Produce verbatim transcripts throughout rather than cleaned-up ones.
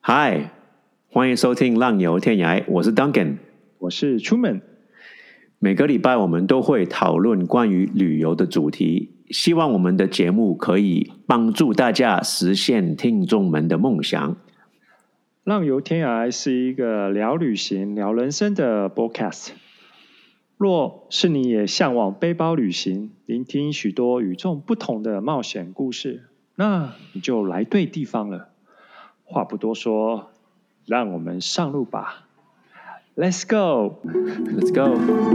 嗨，欢迎收听浪游天涯，我是 Duncan， 我是 Truman。 每个礼拜我们都会讨论关于旅游的主题，希望我们的节目可以帮助大家实现听众们的梦想。 浪游天涯是一个聊旅行、聊人生的 podcast。若是你也向往背包旅行，聆听许多与众不同的冒险故事，那你就来对地方了。话不多说，让我们上路吧。Let's go! Let's go!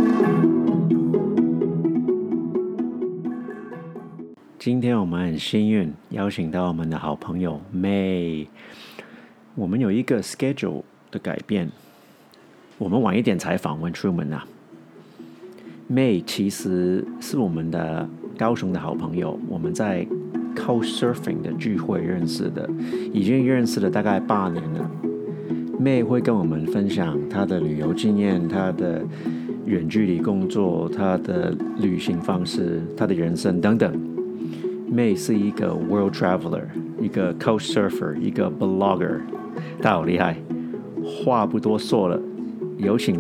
今天我们很幸运邀请到我们的好朋友 May。我们有一个 schedule 的改变，我们晚一点才访问 Truman 啊。May 其实是我们的高雄的好朋友，我们在 Couchsurfing 的聚会认识的，已经认识了大概八年了。May 会跟我们分享她的旅游经验，她的远距离工作，她的旅行方式，她的人生等等。May 是一个 world traveler， 一个 Couchsurfer， 一个 blogger， 她好厉害。话不多说了，有请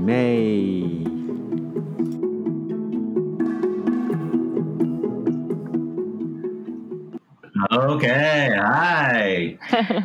May。OK， 嗨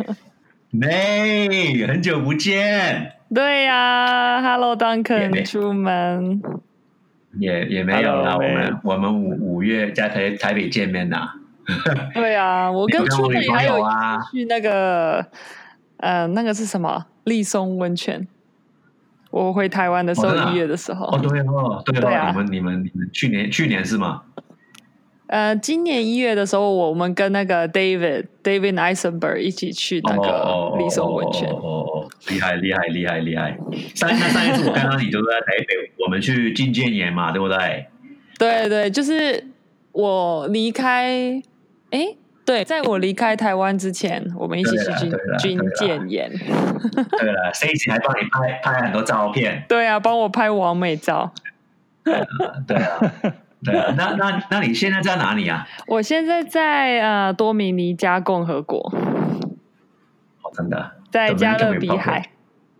，May， 很久不见。 对呀、啊、，Hello Duncan， 出门也也没有啦，我们我们五五月在台台北见面啦。 对啊，我跟出门还有啊去那个呃那个是什么立松温泉。我回台湾的时候，一、哦啊、月的时候。 哦，对哦，对哦， 对啊、 你们你们你们去年去年是吗？ 呃，今年一月的时候，我们跟那个 David David Eisenberg 一起去那个立松温泉。 哦哦哦，厉害厉害厉害厉害！上那上一次我看到你就是在台北，我们去进建岩嘛，对不对？ 对对，就是我离开，哎，对，在我离开台湾之前，我们一起去军军舰岩。 对了 ，Stacy 还帮你拍拍很多照片。 对啊，帮我拍完美照。 对啊，对啊。对啊，那那那你现在在哪里啊？ 我现在在呃多米尼加共和国。 哦，真的， 在加勒比海。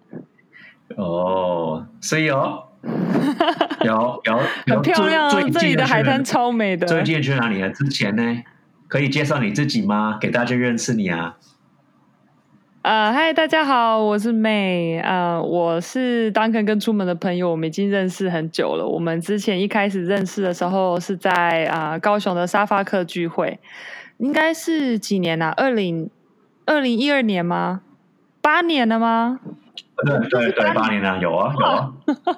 哦，所以哦，有有有很漂亮哦，这里的海滩超美的。 最近去哪里啊？之前呢，可以介绍你自己吗？给大家认识你啊。 呃，嗨，大家好，我是 May， 呃，我是 Duncan 跟出门的朋友，我们已经认识很久了。我们之前一开始认识的时候是在啊、呃、高雄的沙发客聚会，应该是几年啊？二零二零一二年吗？八年了吗？ 对对对，八年了，有啊有啊。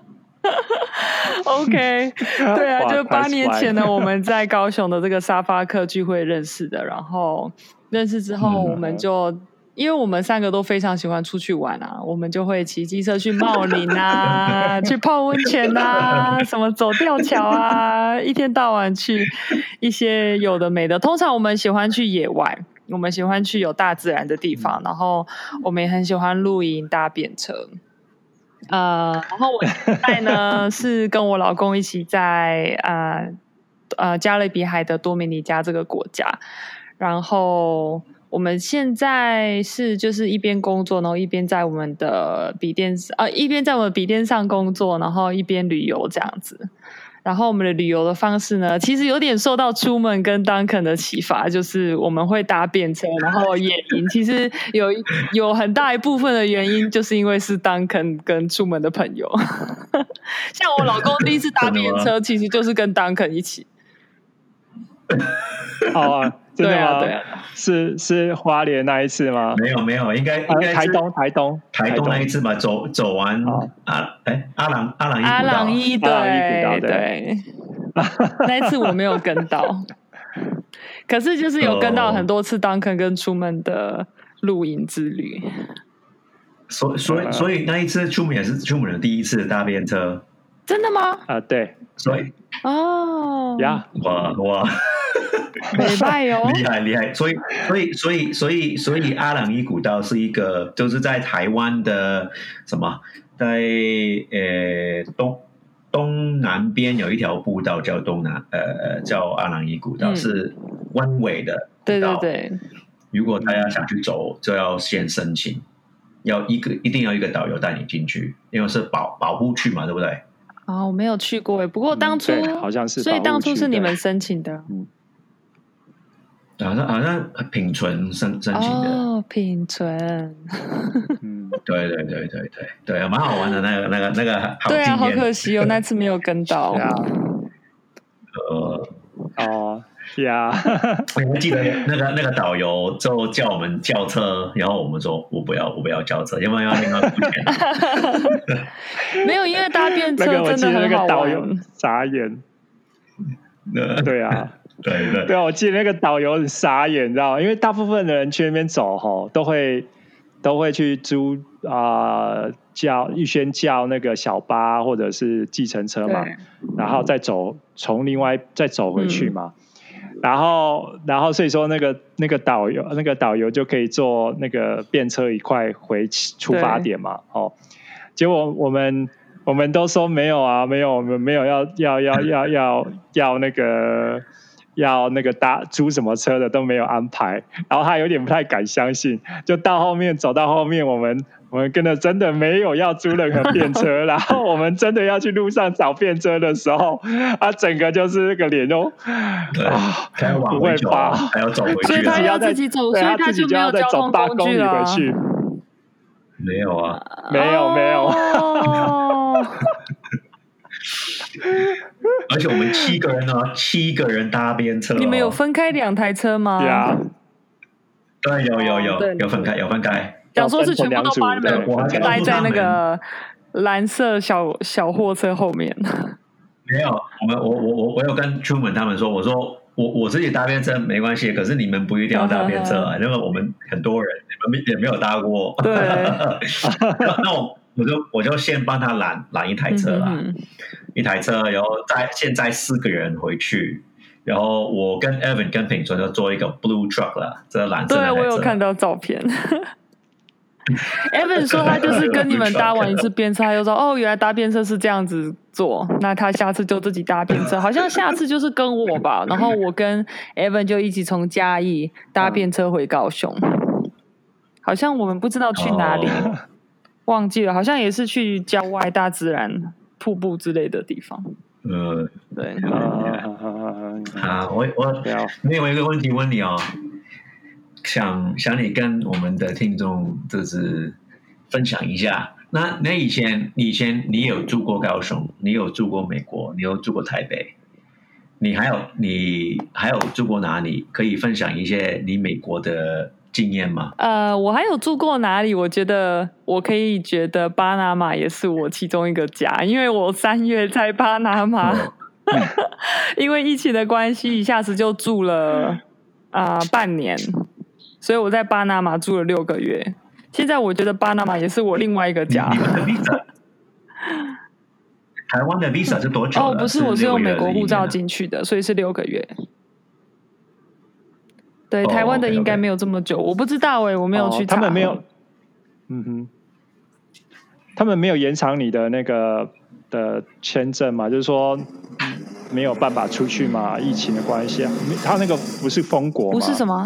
OK， 对啊，就八年前呢，我们在高雄的这个沙发客聚会认识的，然后认识之后，我们就。嗯因为我们三个都非常喜欢出去玩啊，我们就会骑机车去茂林啊，去泡温泉啊，什么走吊桥啊，一天到晚去一些有的没的。通常我们喜欢去野外，我们喜欢去有大自然的地方，然后我们也很喜欢露营、搭便车。呃，然后我现在呢是跟我老公一起在呃呃加勒比海的多米尼加这个国家，然后。我们现在是就是一边工作，然后一边在我们的笔电呃一边在我们的笔电上工作，然后一边旅游这样子。然后我们的旅游的方式呢，其实有点受到出门跟 Duncan 的启发，就是我们会搭便车，然后野营。其实有有很大一部分的原因，就是因为是 Duncan 跟出门的朋友。像我老公第一次搭便车，其实就是跟 Duncan 一起。 好啊。真的吗？ 对啊，对啊， 是是花莲那一次吗？ 没有没有，应该应该是台东台东台东那一次吧，走走完啊，哎阿朗阿朗伊古道， 阿朗伊对阿朗伊古道对， 对那一次我没有跟到，可是就是有跟到很多次 Duncan 跟出门的露营之旅。 所所以所以那一次出门也是出门的第一次搭便车。 真的吗？ 啊，对， 所以哦呀， 哇哇。 没拜哦， 厉害厉害，所以所以所以所以所以阿朗伊古道是一个，就是在台湾的什么，在呃东东南边有一条步道叫东南呃叫阿朗伊古道，嗯、是弯尾的步道。 对对对。 如果大家想去走，就要先申请。 要一个一定要一个导游带你进去，因为是保保护区嘛，对不对？ 哦，我没有去过诶，不过当初、 嗯、好像是， 所以当初是你们申请的。 嗯， 好像好像品存申申请的哦，品存， 嗯， 对对对对对对，蛮好玩的那个那个那个好经验。 对啊，好可惜哦，那次没有跟到。 呃， 哦呀， 我记得那个那个导游就叫我们叫车，然后我们说我不要我不要叫车，因为要另外付钱。 没有，因为搭便车真的很好玩。 傻眼。对啊。 对对对啊，我记得那个导游很傻眼，你知道吗？因为大部分的人去那边走吼，都会都会去租啊、呃、叫预先叫那个小巴或者是计程车嘛，然后再走从另外再走回去嘛。嗯、然后然后所以说那个那个导游那个导游就可以坐那个便车一块回出发点嘛，哦，结果我们我们都说没有啊，没有，我们没有要要要要要要那个。要那个搭租什么车的都没有安排，然后他有点不太敢相信，就到后面走到后面，我们我们跟着真的没有要租任何便车，然后我们真的要去路上找便车的时候，他整个就是那个脸都啊，不会吧， 还要走回去， 所以他要自己走，所以他就没有交通工具了。 没有啊， 没有没有。 哦而且我们七个人呢，七个人搭便车、哦。 你们有分开两台车吗？ 对啊， 对，有有有、哦、有分开，有分开。 想说是全部都把你们待在那个蓝色小小货车后面。 没有，我们我我我我有跟 Truman 他们说，我说我我自己搭便车没关系，可是你们不一定要搭便车啊，因为我们很多人，你们也没有搭过。 对。 那我。我就我就先帮他拦拦一台车啦，嗯、一台车，然后再现在四个人回去，然后我跟 Evan 跟品纯就坐一个 blue truck 啦，这蓝色的。 对，我有看到照片。Evan 说他就是跟你们搭完一次便车，他就说哦，原来搭便车是这样子做，那他下次就自己搭便车，好像下次就是跟我吧，然后我跟 Evan 就一起从嘉义搭便车回高雄，好像我们不知道去哪里。哦忘记了，好像也是去郊外大自然瀑布之类的地方。 呃， 对。 啊，我我没有一个问题问你哦，想想你跟我们的听众就是分享一下。那那以前以前你有住过高雄，你有住过美国，你有住过台北，你还有你还有住过哪里？可以分享一些你美国的经验吗？ 呃，我还有住过哪里？我觉得我可以觉得巴拿马也是我其中一个家，因为我三月在巴拿马，哦、因为疫情的关系，一下子就住了啊、呃、半年，所以我在巴拿马住了六个月。现在我觉得巴拿马也是我另外一个家。 你们的 visa 台湾的 visa 是多久？ 哦，不是，我是用美国护照进去的，所以是六个月。对，台湾的应该没有这么久， oh, okay, okay. 我不知道哎、欸，我没有去查、 哦。他们没有，嗯哼，他们没有延长你的那个的签证嘛？就是说没有办法出去嘛？疫情的关系啊，他那个不是封国吗？ 不是什么？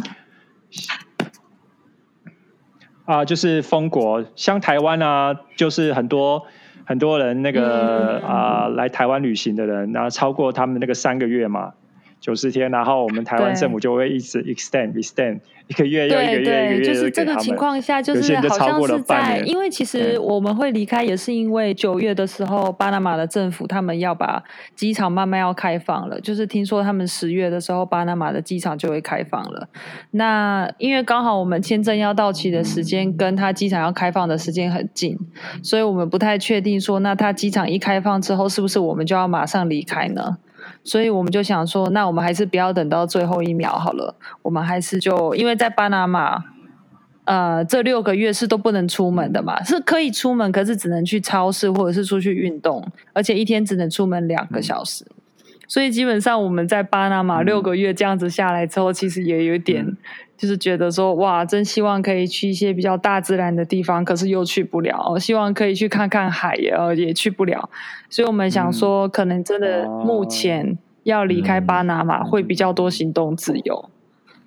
啊，就是封国，像台湾啊，就是很多很多人那个、嗯、啊来台湾旅行的人，然后超过他们那个三个月嘛。九十天，然后我们台湾政府就会一直 extend extend 一个月又一个月，一个月就是这个情况下，就是好像是在，因为其实我们会离开，也是因为九月的时候，巴拿马的政府他们要把机场慢慢要开放了，就是听说他们十月的时候，巴拿马的机场就会开放了。那因为刚好我们签证要到期的时间跟他机场要开放的时间很近，所以我们不太确定说，那他机场一开放之后，是不是我们就要马上离开呢？所以我们就想说，那我们还是不要等到最后一秒好了。我们还是就因为在巴拿马，呃，这六个月是都不能出门的嘛，是可以出门，可是只能去超市或者是出去运动，而且一天只能出门两个小时。嗯、所以基本上我们在巴拿马六个月这样子下来之后，嗯、其实也有点就是觉得说，哇，真希望可以去一些比较大自然的地方，可是又去不了。希望可以去看看海，呃，也去不了。所以我们想说，可能真的目前要离开巴拿马会比较多行动自由。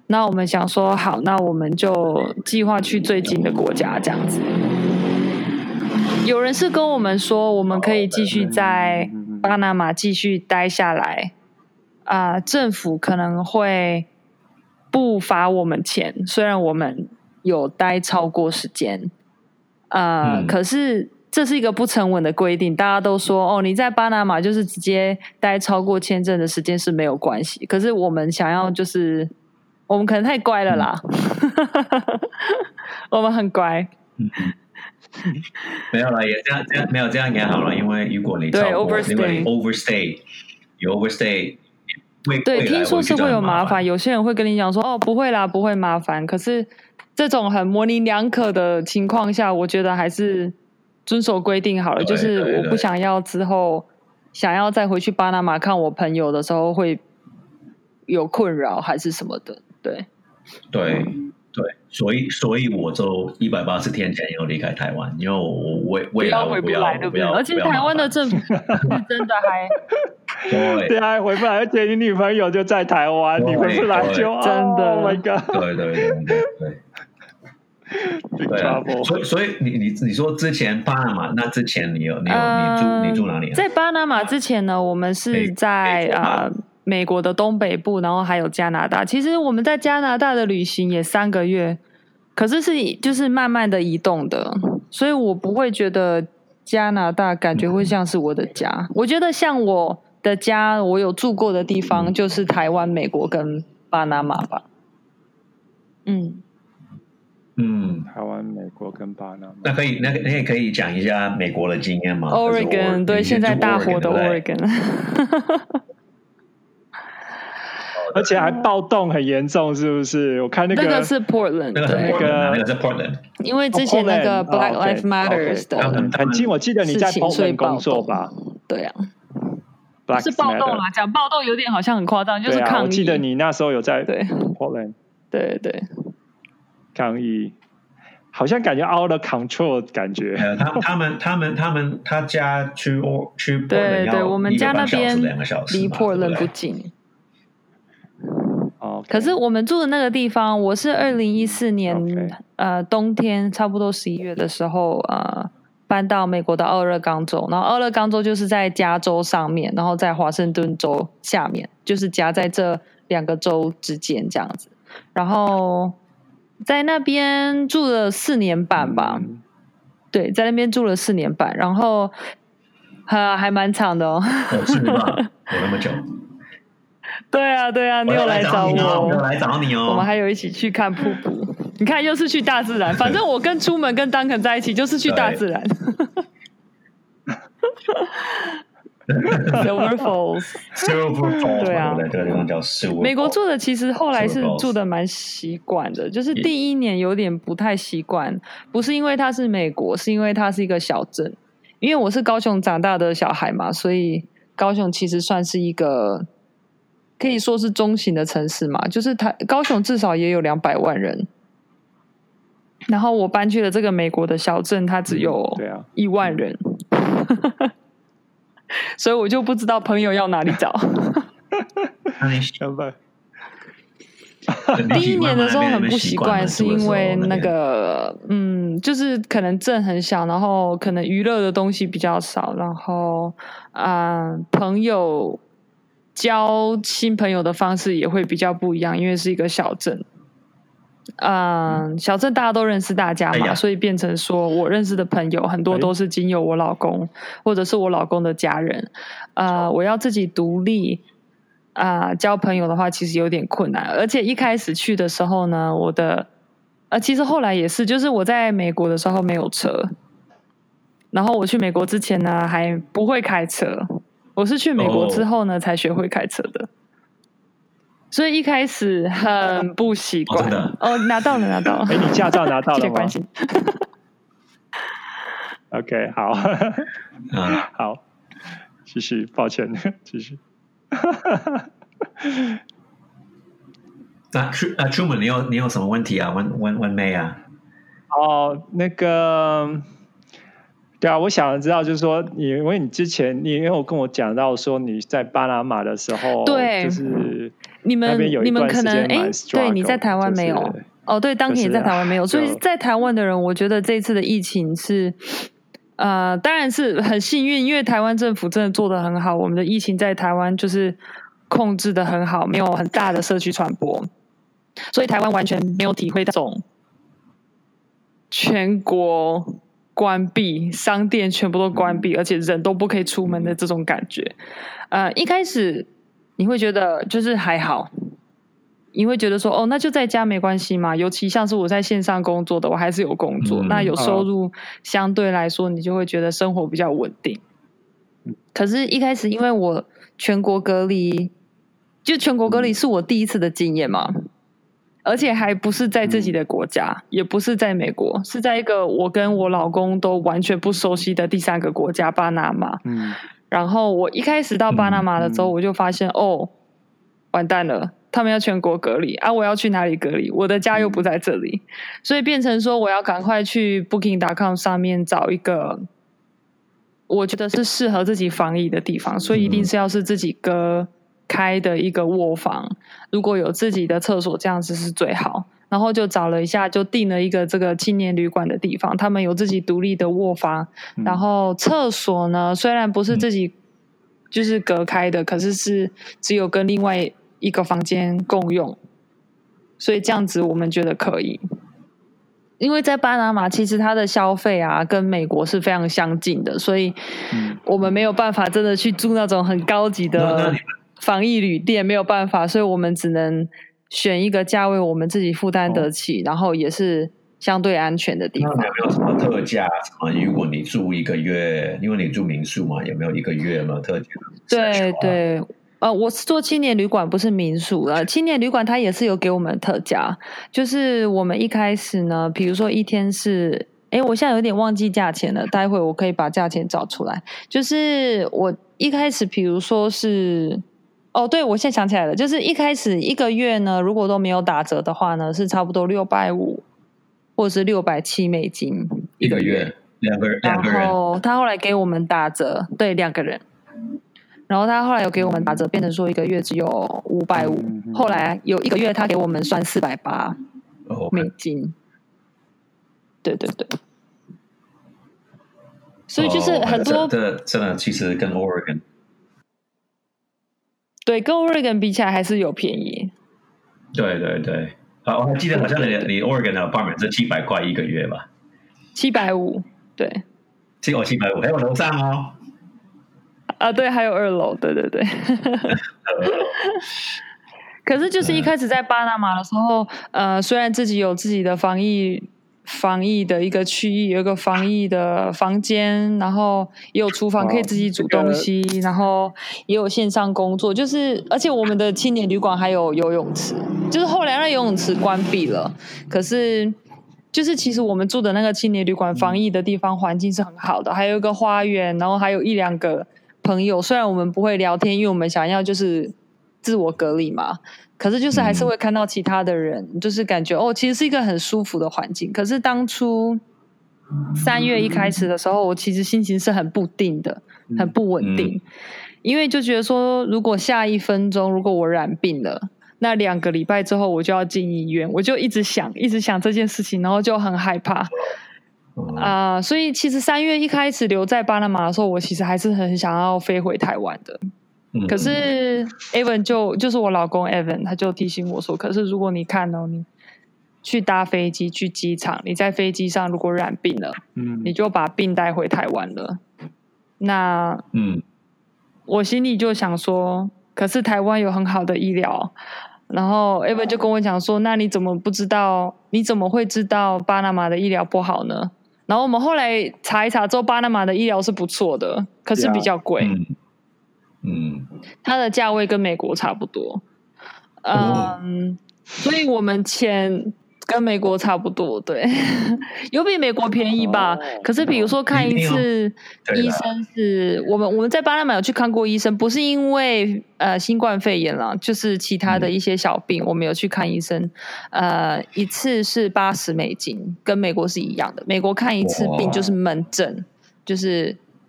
那我们想说好，那我们就计划去最近的国家这样子。有人是跟我们说我们可以继续在巴拿马继续待下来，啊、呃，政府可能会不罚我们钱，虽然我们有待超过时间，呃、嗯，可是这是一个不成文的规定，大家都说哦，你在巴拿马就是直接待超过签证的时间是没有关系，可是我们想要就是我们可能太乖了啦，嗯、我们很乖。嗯没有了，也这样这样没有这样也好了，因为如果你超过，因为你 overstay， 有 overstay， 对，听说是会有麻烦。有些人会跟你讲说，哦，不会啦，不会麻烦。可是这种很模棱两可的情况下，我觉得还是遵守规定好了。就是我不想要之后想要再回去巴拿马看我朋友的时候会有困扰还是什么的，对， 对。对，所以所以我就一百八十天前要离开台湾，因为我未未来我不要回不来，而且台湾的政府是真的还对对啊，回不来，而且你女朋友就在台湾，你回不来就真的 ，Oh my god！ 对对对对对，对啊，所以所以你你你说之前巴拿马，那之前你有你有、呃、你住你住哪里、啊？ 在巴拿马之前呢，我们是在啊。美国的东北部，然后还有加拿大。其实我们在加拿大的旅行也三个月，可是是就是慢慢的移动的，所以我不会觉得加拿大感觉会像是我的家。我觉得像我的家，我有住过的地方就是台湾、美国跟巴拿马吧。嗯嗯， 台湾、美国跟巴拿马。 那可以，那你也可以讲一下美国的经验吗 ？Oregon， 对，现在大火的 Oregon。 而且还暴动很严重，是不是？我看那个那个是 Portland， 那个那个那个是 Portland， 因为之前那个 Black Lives Matter 的很近，我记得你在 Portland 工作吧？ 对啊，不是暴动啦，讲暴动有点好像很夸张，就是抗议。 我记得你那时候有在对 Portland， 对对抗议，好像感觉 out of control 感觉。 他他们他们他们他家去去 Portland 对对，我们家那边离 Portland 不近。 Okay. 可是我们住的那个地方，我是二零一四年、okay. 呃冬天差不多十一月的时候呃搬到美国的奥勒冈州，然后奥勒冈州就是在加州上面，然后在华盛顿州下面，就是夹在这两个州之间这样子。然后在那边住了四年半吧，嗯、对，在那边住了四年半，然后呃还蛮长的哦。 哦，四年半，有那么久。 对啊，对啊，你有来找我， 我有来找你哦。 我们还有一起去看瀑布，你看又是去大自然。反正我跟出门跟 Duncan 在一起就是去大自然。Silver Falls，Silver Falls， 对啊， 这个地方叫 Silver Falls。 美国住的其实后来是住的蛮习惯的，就是第一年有点不太习惯，不是因为它是美国，是因为它是一个小镇。因为我是高雄长大的小孩嘛，所以高雄其实算是一个。可以说是中型的城市嘛，就是台高雄至少也有两百万人，然后我搬去了这个美国的小镇，它只有一万人，嗯啊、所以我就不知道朋友要哪里找。第一年的时候很不习惯，是因为那个嗯，就是可能镇很小，然后可能娱乐的东西比较少，然后啊、呃、朋友。交新朋友的方式也会比较不一样，因为是一个小镇，嗯，小镇大家都认识大家嘛，哎、所以变成说我认识的朋友很多都是经由我老公、哎、或者是我老公的家人，呃，我要自己独立啊、呃、交朋友的话，其实有点困难，而且一开始去的时候呢，我的呃，其实后来也是，就是我在美国的时候没有车，然后我去美国之前呢还不会开车。我是去美国之后呢、oh. 才学会开车的，所以一开始很不习惯。哦，真的哦，拿到了，拿到了。 哎，你驾照拿到了吗？ 谢谢关心。 OK， 好，嗯，好，继续，抱歉，继续。 那啊 Truman， 你有你有什么问题啊？问问问妹啊？ 哦，那个。对啊，我想知道，就是说你，因为你之前你也有跟我讲到说你在巴拿马的时候， 对， 就是你们你们可能哎，对，你在台湾没有、就是、哦，对，当天也在台湾没有，所以在台湾的人，我觉得这次的疫情是。呃，当然是很幸运，因为台湾政府真的做得很好，我们的疫情在台湾就是控制得很好，没有很大的社区传播，所以台湾完全没有体会到这种全国关闭、商店全部都关闭，而且人都不可以出门的这种感觉。呃，一开始你会觉得就是还好。你会觉得说哦，那就在家没关系嘛，尤其像是我在线上工作的，我还是有工作、嗯、那有收入相对来说你就会觉得生活比较稳定。可是一开始因为我全国隔离，就全国隔离是我第一次的经验嘛，而且还不是在自己的国家、嗯、也不是在美国，是在一个我跟我老公都完全不熟悉的第三个国家巴拿马、嗯、然后我一开始到巴拿马的时候我就发现、嗯、哦完蛋了，他们要全国隔离啊！我要去哪里隔离？我的家又不在这里，所以变成说我要赶快去 booking 点 com 上面找一个我觉得是适合自己防疫的地方，所以一定是要是自己隔开的一个卧房，如果有自己的厕所这样子是最好。然后就找了一下，就订了一个这个青年旅馆的地方，他们有自己独立的卧房，然后厕所呢虽然不是自己就是隔开的，可是是只有跟另外一个房间共用，所以这样子我们觉得可以。因为在巴拿马其实它的消费啊跟美国是非常相近的，所以我们没有办法真的去住那种很高级的防疫旅店，没有办法，所以我们只能选一个价位我们自己负担得起、哦、然后也是相对安全的地方。 那有没有什么特价什么？如果你住一个月，因为你住民宿嘛，有没有一个月有没有特价？ 对对，呃，我是做青年旅馆，不是民宿。呃，青年旅馆它也是有给我们特价，就是我们一开始呢，比如说一天是，哎，我现在有点忘记价钱了，待会我可以把价钱找出来。就是我一开始，比如说是，哦，对，我现在想起来了，就是一开始一个月呢，如果都没有打折的话呢，是差不多六百五或者是六百七美金一个月，两个人，两个人。 然后他后来给我们打折，对，两个人。然后他后来有给我们打折，变成说一个月只有五百五，后来有一个月他给我们算四百八美金。Oh, okay. 对对对，所以就是很多， 这、oh, 真的其实跟 Oregon， 对，跟 Oregon 比起来还是有便宜。 对对对，啊，我还记得好像你你 Oregon 的 apartment 是七百块一个月吧？ 七百五，对， 七哦七百五，还有楼上哦。 啊，对，还有二楼，对对对。可是就是一开始在巴拿马的时候，呃，虽然自己有自己的防疫防疫的一个区域，有一个防疫的房间，然后也有厨房可以自己煮东西，这个、然后也有线上工作，就是而且我们的青年旅馆还有游泳池，就是后来那游泳池关闭了，可是。就是其实我们住的那个青年旅馆防疫的地方环境是很好的，还有一个花园，然后还有一两个朋友，虽然我们不会聊天，因为我们想要就是自我隔离嘛，可是就是还是会看到其他的人、嗯、就是感觉哦其实是一个很舒服的环境。可是当初三月一开始的时候，我其实心情是很不定的，很不稳定、嗯、因为就觉得说如果下一分钟如果我染病了，那两个礼拜之后我就要进医院，我就一直想一直想这件事情，然后就很害怕啊、呃，所以其实三月一开始留在巴拿马的时候，我其实还是很想要飞回台湾的。可是 Evan 就就是我老公 Evan 他就提醒我说，可是如果你看哦，你去搭飞机去机场，你在飞机上如果染病了、嗯、你就把病带回台湾了，那嗯，我心里就想说可是台湾有很好的医疗，然后 Evan 就跟我讲说，那你怎么不知道，你怎么会知道巴拿马的医疗不好呢？然后我们后来查一查之后，巴拿马的医疗是不错的，可是比较贵。嗯，嗯它的价位跟美国差不多。嗯，所以我们钱跟美国差不多，对，有比美国便宜吧？哦、可是比如说看一次医生是，我们我们在巴拿马有去看过医生，不是因为呃新冠肺炎啦，就是其他的一些小病，嗯、我们有去看医生，呃，一次是八十美金，跟美国是一样的。美国看一次病就是门诊，就是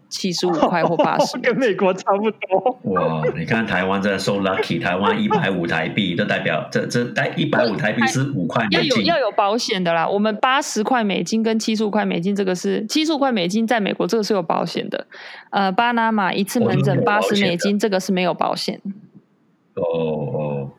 七十五块或八十， 跟美国差不多。 哇，你看台湾真的 so lucky， 台湾一百五台币，就代表这这带一百五台币是五块美金， 要有要有保险的啦。我们八十块美金跟七十五块美金，这个是七十五块美金，在美国这个是有保险的。呃，巴拿马一次门诊八十美金，这个是没有保险。 哦哦，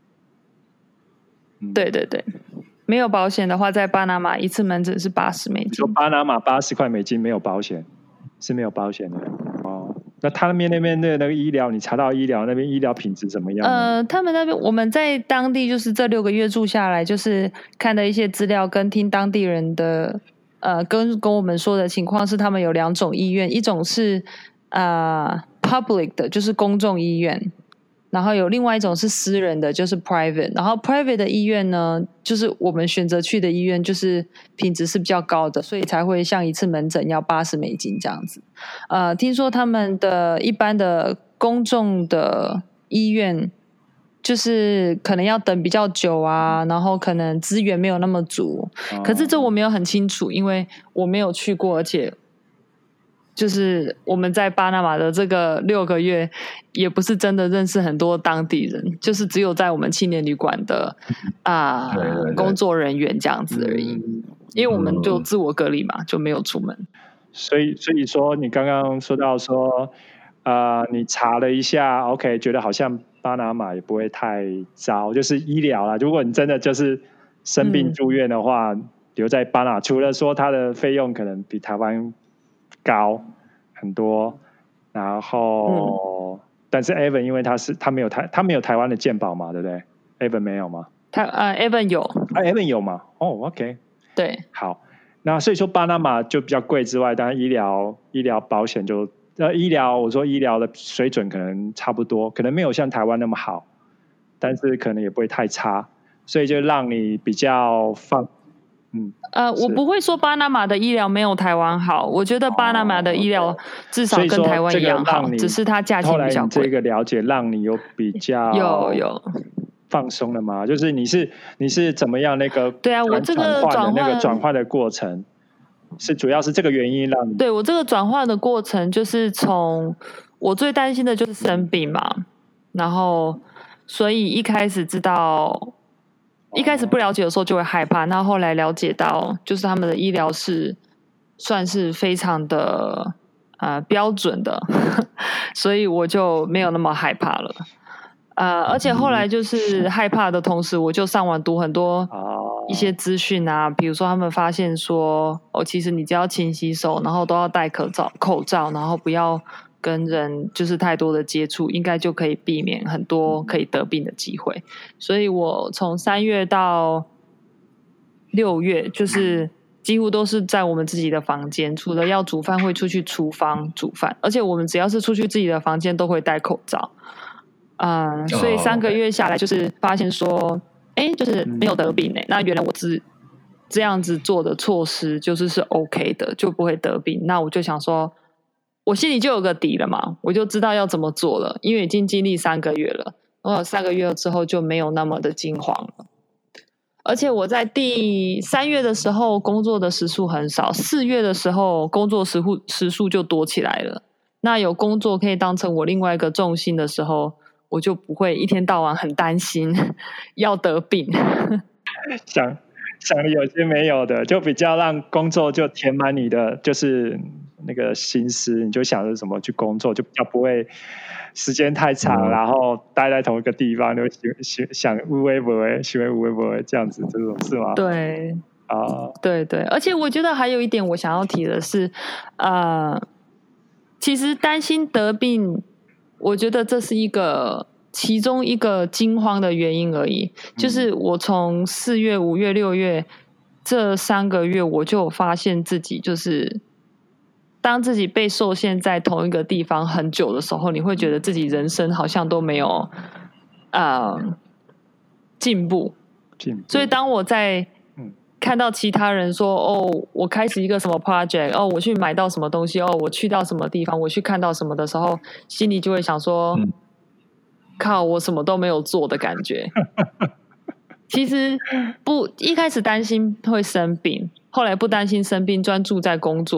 对对对。没有保险的话，在巴拿马一次门诊是八十美金。 说巴拿马八十块美金没有保险，是没有保险的哦。那他那边那边的那个医疗，你查到医疗那边医疗品质怎么样？ 呃，他们那边我们在当地就是这六个月住下来，就是看的一些资料跟听当地人的呃跟跟我们说的情况是，他们有两种医院，一种是呃 public 的，就是公众医院。然后有另外一种是私人的，就是 private。然后 private 的医院呢，就是我们选择去的医院，就是品质是比较高的，所以才会像一次门诊要八十美金这样子。呃，听说他们的一般的公众的医院，就是可能要等比较久啊，然后可能资源没有那么足。哦、可是这我没有很清楚，因为我没有去过，而且。就是我们在巴拿马的这个六个月，也不是真的认识很多当地人，就是只有在我们青年旅馆的啊、呃、工作人员这样子而已。因为我们就自我隔离嘛，就没有出门。 所以，所以说你刚刚说到说，呃，你查了一下 ，OK， 觉得好像巴拿马也不会太糟，就是医疗啦。如果你真的就是生病住院的话，嗯、留在巴拿，除了说它的费用可能比台湾高很多，然后、嗯、但是 Evan 因为他是他没有台他没有台湾的健保嘛，对不对 ？Evan 没有吗？ 他呃 Evan 有， 啊 Evan 有吗？哦 ，OK， 对， 好，那所以说巴拿马就比较贵之外，当然医疗医疗保险就呃医疗我说医疗的水准可能差不多，可能没有像台湾那么好，但是可能也不会太差，所以就让你比较放。嗯， 呃，我不会说巴拿马的医疗没有台湾好，我觉得巴拿马的医疗至少跟台湾一样好，哦、只是它价钱比较贵。 后来你这个了解让你有比较有有放松了吗？就是你是你是怎么样那个对啊，我这个转换那个转换的过程是主要是这个原因让你对我这个转换的过程就是从我最担心的就是生病嘛，然后所以一开始知道。一开始不了解的时候就会害怕，那后来了解到，就是他们的医疗是算是非常的呃标准的，所以我就没有那么害怕了。呃，而且后来就是害怕的同时，我就上网读很多一些资讯啊，比如说他们发现说，哦，其实你只要勤洗手，然后都要戴口罩，口罩，然后不要跟人就是太多的接触，应该就可以避免很多可以得病的机会。所以我从三月到六月，就是几乎都是在我们自己的房间，除了要煮饭会出去厨房煮饭，而且我们只要是出去自己的房间都会戴口罩。嗯，所以三个月下来，就是发现说，哎，就是没有得病哎、欸。那原来我只这样子做的措施就是是 OK 的，就不会得病。那我就想说。我心里就有个底了嘛，我就知道要怎么做了，因为已经经历三个月了，然后三个月之后就没有那么的惊慌了。而且我在第三月的时候工作的时数很少，四月的时候工作时数时数就多起来了。那有工作可以当成我另外一个重心的时候，我就不会一天到晚很担心要得病。 想想的有些没有的，就比较让工作就填满你的就是那个心思，你就想着怎么去工作，就比较不会时间太长，嗯、然后待在同一个地方，就想无微不微，想无微不微这样子，这种是吗？ 对啊，呃、 对对，而且我觉得还有一点我想要提的是，呃，其实担心得病，我觉得这是一个。其中一个惊慌的原因而已，就是我从四月、五月、六月这三个月，我就发现自己就是当自己被受限在同一个地方很久的时候，你会觉得自己人生好像都没有呃进步。 进步。 所以当我在看到其他人说哦，我开始一个什么 project， 哦，我去买到什么东西，哦，我去到什么地方，我去看到什么的时候，心里就会想说。嗯靠，我什么都没有做的感觉。其实不，一开始担心会生病，后来不担心生病，专注在工作，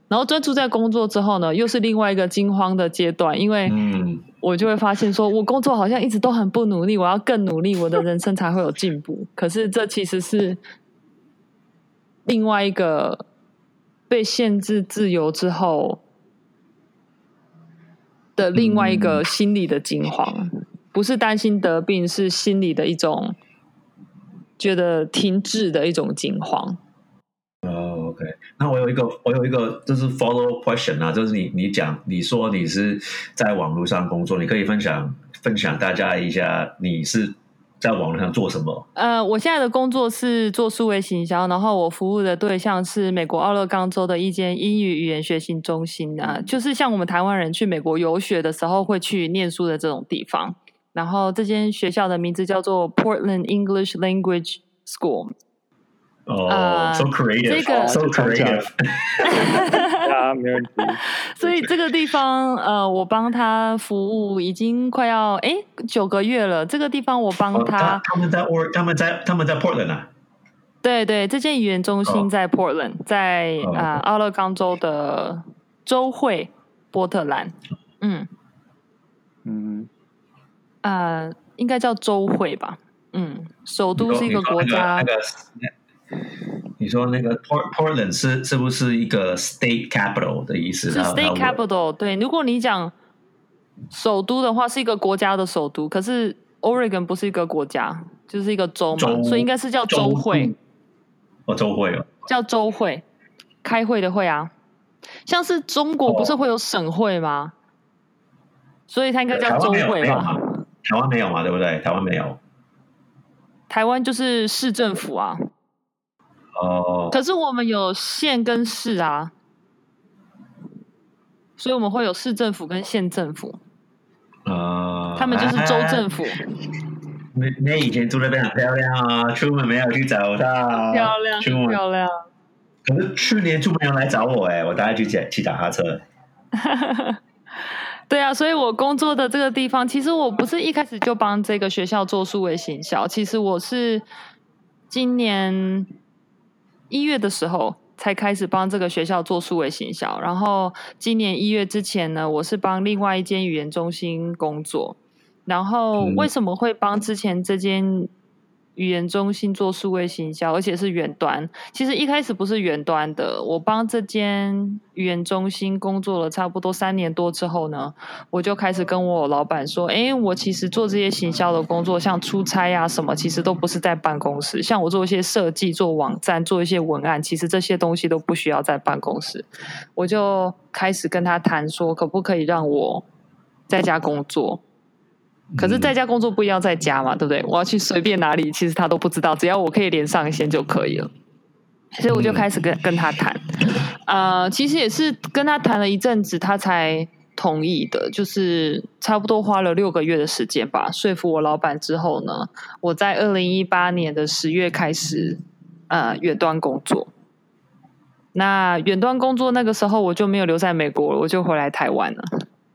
然后专注在工作之后呢，又是另外一个惊慌的阶段，因为我就会发现说我工作好像一直都很不努力，我要更努力，我的人生才会有进步。可是这其实是另外一个被限制自由之后的另外一个心理的惊慌，不是担心得病，是心理的一种觉得停滞的一种惊慌。 哦、oh, ，OK， 那我有一个，我有一个就是 follow question 啊，就是你你讲，你说你是在网络上工作，你可以分享分享大家一下你是在网络上做什么？ 呃，我现在的工作是做数位行销，然后我服务的对象是美国奥勒冈州的一间英语语言学习中心啊，就是像我们台湾人去美国游学的时候会去念书的这种地方。然后这间学校的名字叫做 Portland English Language School。 哦、oh, 呃、，so creative， 这个 so creative， 啊，没问题。 所以这个地方，呃，我帮他服务已经快要哎九个月了。这个地方我帮他， 哦、他, 他们在他们在他们在 Portland 啊。 对对，这间语言中心在 Portland，、oh. 在啊、呃 oh. 奥勒冈州的州会波特兰。嗯嗯， 呃，应该叫州会吧。嗯，首都是一个国家。 那个你说那个 Portland 是是不是一个 state capital 的意思？ 是 state capital， 对。如果你讲首都的话，是一个国家的首都，可是 Oregon 不是一个国家，就是一个州嘛，州所以应该是叫州会。 哦，州会哦， 叫州会，开会的会啊。像是中国不是会有省会吗？哦、所以它应该叫州会吧？ 台湾没有嘛，对不对？台湾没有。 台湾就是市政府啊。 哦， 可是我们有县跟市啊，所以我们会有市政府跟县政府。 呃， 他们就是州政府。 你你以前住那边很漂亮啊，出门没有去找他。 漂亮，漂亮。 可是去年出门有来找我哎、欸，我大概去去打哈车。 对啊，所以我工作的这个地方，其实我不是一开始就帮这个学校做数位行销，其实我是今年一月的时候才开始帮这个学校做数位行销，然后今年一月之前呢，我是帮另外一间语言中心工作。然后为什么会帮之前这间语言中心做数位行销，而且是远端？其实一开始不是远端的，我帮这间语言中心工作了差不多三年多之后呢，我就开始跟我老板说，哎，我其实做这些行销的工作，像出差啊什么，其实都不是在办公室。像我做一些设计、做网站、做一些文案，其实这些东西都不需要在办公室。我就开始跟他谈说，可不可以让我在家工作？可是在家工作不一样在家嘛，对不对？我要去随便哪里，其实他都不知道，只要我可以连上线就可以了。所以我就开始跟跟他谈，呃，其实也是跟他谈了一阵子，他才同意的，就是差不多花了六个月的时间吧，说服我老板之后呢，我在二零一八年的十月开始呃远端工作。那远端工作那个时候我就没有留在美国了，我就回来台湾了。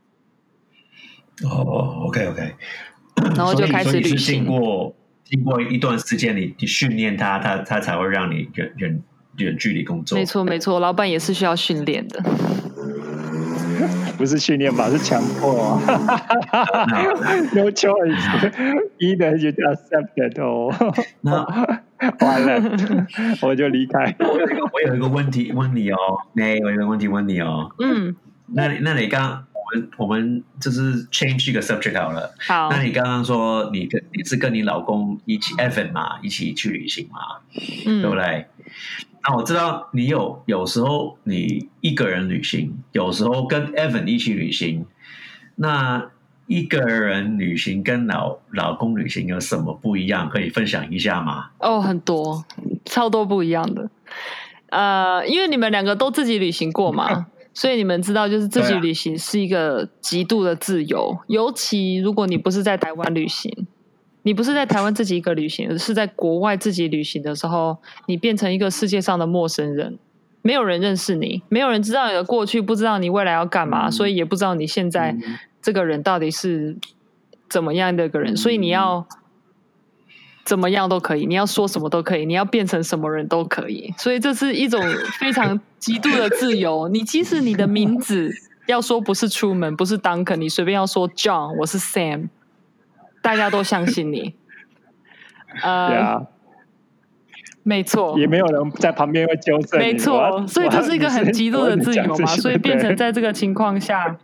哦 ，OK OK， 然后就开始旅行。 经过经过一段时间，你你训练他，他他才会让你远远远距离工作。 没错没错，老板也是需要训练的。 不是训练吧，是强迫。No choice， either you accept it or 完了，我就离开。 我有一个我有一个问题问你哦，那我有一个问题问你哦。 嗯， 那你那你刚。我们我们就是 change 一个 subject 好了。 好， 那你刚刚说你跟你是跟你老公一起 Evan 嘛，一起去旅行嘛，嗯，对不对？那我知道你有有时候你一个人旅行，有时候跟 Evan 一起旅行。那一个人旅行跟老老公旅行有什么不一样？可以分享一下吗？ 哦，很多，超多不一样的。呃，因为你们两个都自己旅行过嘛。所以你们知道，就是自己旅行是一个极度的自由，尤其如果你不是在台湾旅行，你不是在台湾自己一个旅行，而是在国外自己旅行的时候，你变成一个世界上的陌生人，没有人认识你，没有人知道你的过去，不知道你未来要干嘛，所以也不知道你现在这个人到底是怎么样的一个人，所以你要怎么样都可以，你要说什么都可以，你要变成什么人都可以，所以这是一种非常极度的自由。你即使你的名字要说不是出门，不是 Duncan， 你随便要说 John， 我是 Sam， 大家都相信你。呃， yeah. 没错， 也没有人在旁边会纠正你。 没错，所以这是一个很极度的自由嘛，所以变成在这个情况下。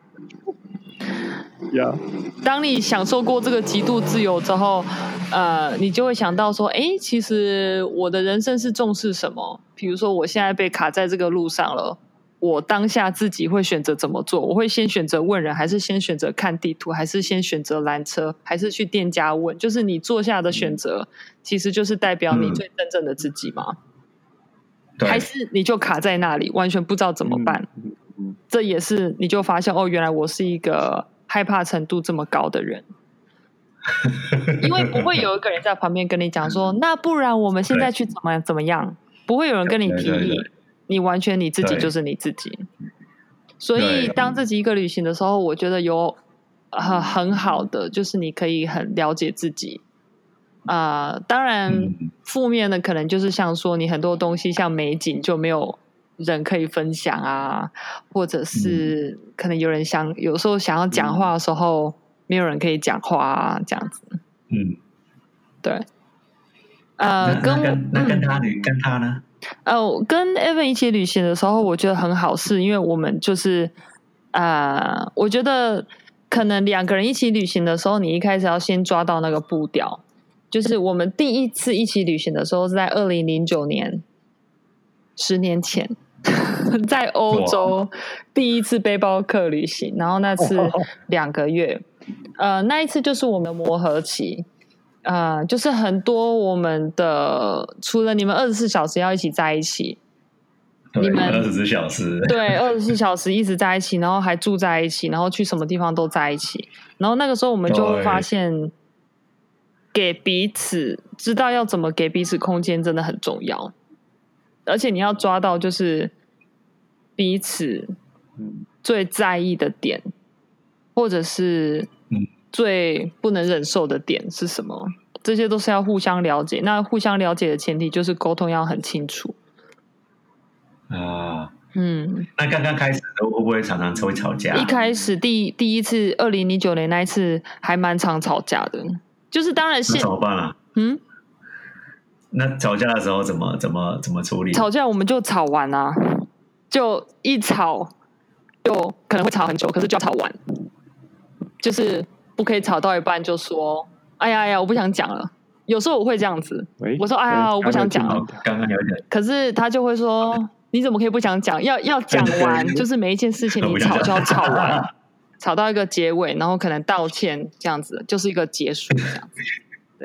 Yeah. 当你享受过这个极度自由之后，呃，你就会想到说，哎，其实我的人生是重视什么？比如说，我现在被卡在这个路上了，我当下自己会选择怎么做？我会先选择问人，还是先选择看地图，还是先选择拦车，还是去店家问？就是你做下的选择，其实就是代表你最真正的自己嘛？嗯、还是你就卡在那里，完全不知道怎么办？嗯嗯、这也是你就发现哦，原来我是一个害怕程度这么高的人，因为不会有一个人在旁边跟你讲说，那不然我们现在去怎么怎么样？不会有人跟你提议，你完全你自己就是你自己。所以当自己一个旅行的时候，我觉得有很很好的，就是你可以很了解自己。啊、呃，当然负面的可能就是像说你很多东西像美景就没有人可以分享啊，或者是可能有人想有时候想要讲话的时候、嗯、没有人可以讲话啊，这样子。 嗯， 对。呃， 跟跟那跟他旅、嗯、跟他呢？ 呃，跟 Evan 一起旅行的时候，我觉得很好，是因为我们就是呃，我觉得可能两个人一起旅行的时候，你一开始要先抓到那个步调。就是我们第一次一起旅行的时候是在二零零九年，十年前，在欧洲第一次背包客旅行，然后那次两个月，呃，那一次就是我们的磨合期，呃，就是很多我们的除了你们二十四小时要一起在一起， 你们二十四小时， 对，二十四小时一直在一起，然后还住在一起，然后去什么地方都在一起，然后那个时候我们就会发现。给彼此知道要怎么给彼此空间真的很重要，而且你要抓到就是彼此最在意的点，或者是最不能忍受的点是什么，这些都是要互相了解。那互相了解的前提就是沟通要很清楚啊。 嗯， 那刚刚开始会不会常常会吵架？ 一开始第第一次二零零九年那一次还蛮常吵架的。就是当然是那怎么办啊？ 嗯， 那吵架的时候怎么怎么怎么处理？ 吵架我们就吵完啊，就一吵就可能会吵很久，可是就要吵完，就是不可以吵到一半就说哎呀哎呀我不想讲了。有时候我会这样子，我说哎呀我不想讲了， 刚刚有点， 可是他就会说你怎么可以不想讲？要要讲完，就是每一件事情你吵就要吵完。吵到一个结尾，然后可能道歉，这样子就是一个结束，这样子。对，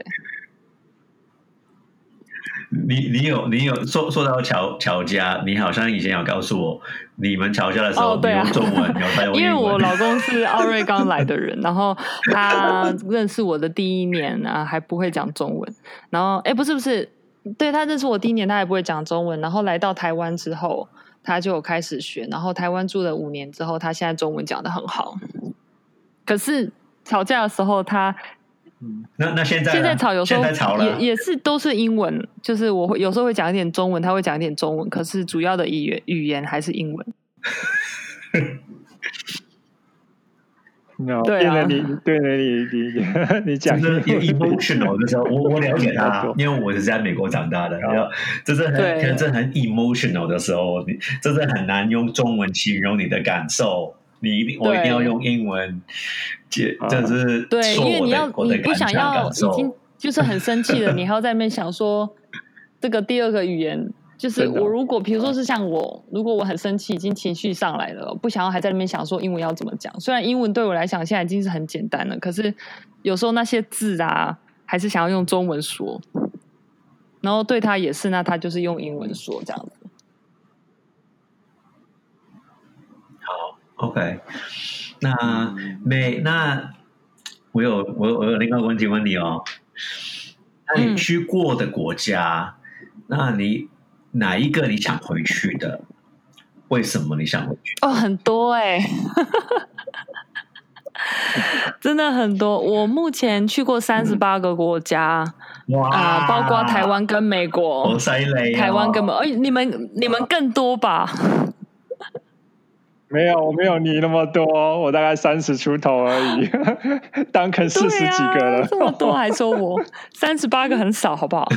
你你有你有说说到吵吵架，你好像以前有告诉我，你们吵架的时候、哦对啊、你用中文，你有用英文。 因为我老公是奥瑞刚来的人，然后他认识我的第一年啊，还不会讲中文。然后哎，不是不是，对他认识我第一年，他还不会讲中文。然后来到台湾之后。他就有开始学，然后台湾住了五年之后，他现在中文讲得很好。可是吵架的时候他， 嗯、那那现在现在吵有时候吵也也是都是英文，就是我会有时候会讲一点中文，他会讲一点中文，可是主要的语言语言还是英文。 No, 对啊，你对了，你你你讲就是 emotional 的时候，我我了解他，因为我是在美国长大的，然后这是很这很 emotional 的时候，你这是很难用中文形容你的感受，你一定我一定要用英文解，就是对，因为你要你不想要已经就是很生气了，你还要在那边想说这个第二个语言。就是我如果比如说是像我，如果我很生气，已经情绪上来了，不想要还在那边想说英文要怎么讲。虽然英文对我来讲现在已经是很简单了，可是有时候那些字啊，还是想要用中文说。然后对他也是，那他就是用英文说这样子。 好 ，OK， 那美那我有我有我有另外一个问题问你哦，那你去过的国家，嗯、那你。哪一个你想回去的？为什么你想回去？ 哦，很多哎、欸。 真的很多。我目前去过三十八个国家， 哇、 呃，包括台湾跟美国。 好犀利、哦！ 台湾跟美，哎，你们你们更多吧？ 没有，我没有你那么多，我大概三十出头而已。当肯四十几个了， 啊、这么多还说我三十八个很少，好不好？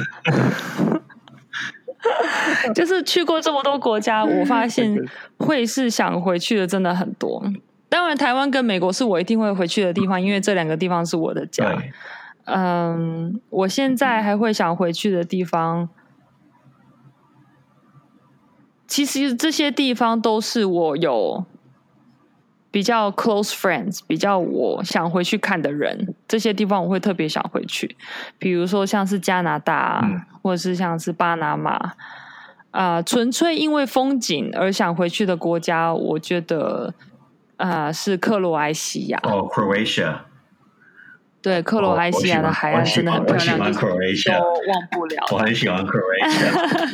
就是去过这么多国家，我发现会是想回去的真的很多。当然，台湾跟美国是我一定会回去的地方，因为这两个地方是我的家。嗯，我现在还会想回去的地方，其实这些地方都是我有比较 close friends， 比较我想回去看的人，这些地方我会特别想回去。比如说像是加拿大，嗯、或者是像是巴拿马，啊、呃，纯粹因为风景而想回去的国家，我觉得啊、呃、是克罗埃西亚。 哦 ，Croatia。 对，克罗埃西亚的海岸真的很漂亮， 我喜欢 Croatia， 都忘不了。 我很喜欢 Croatia。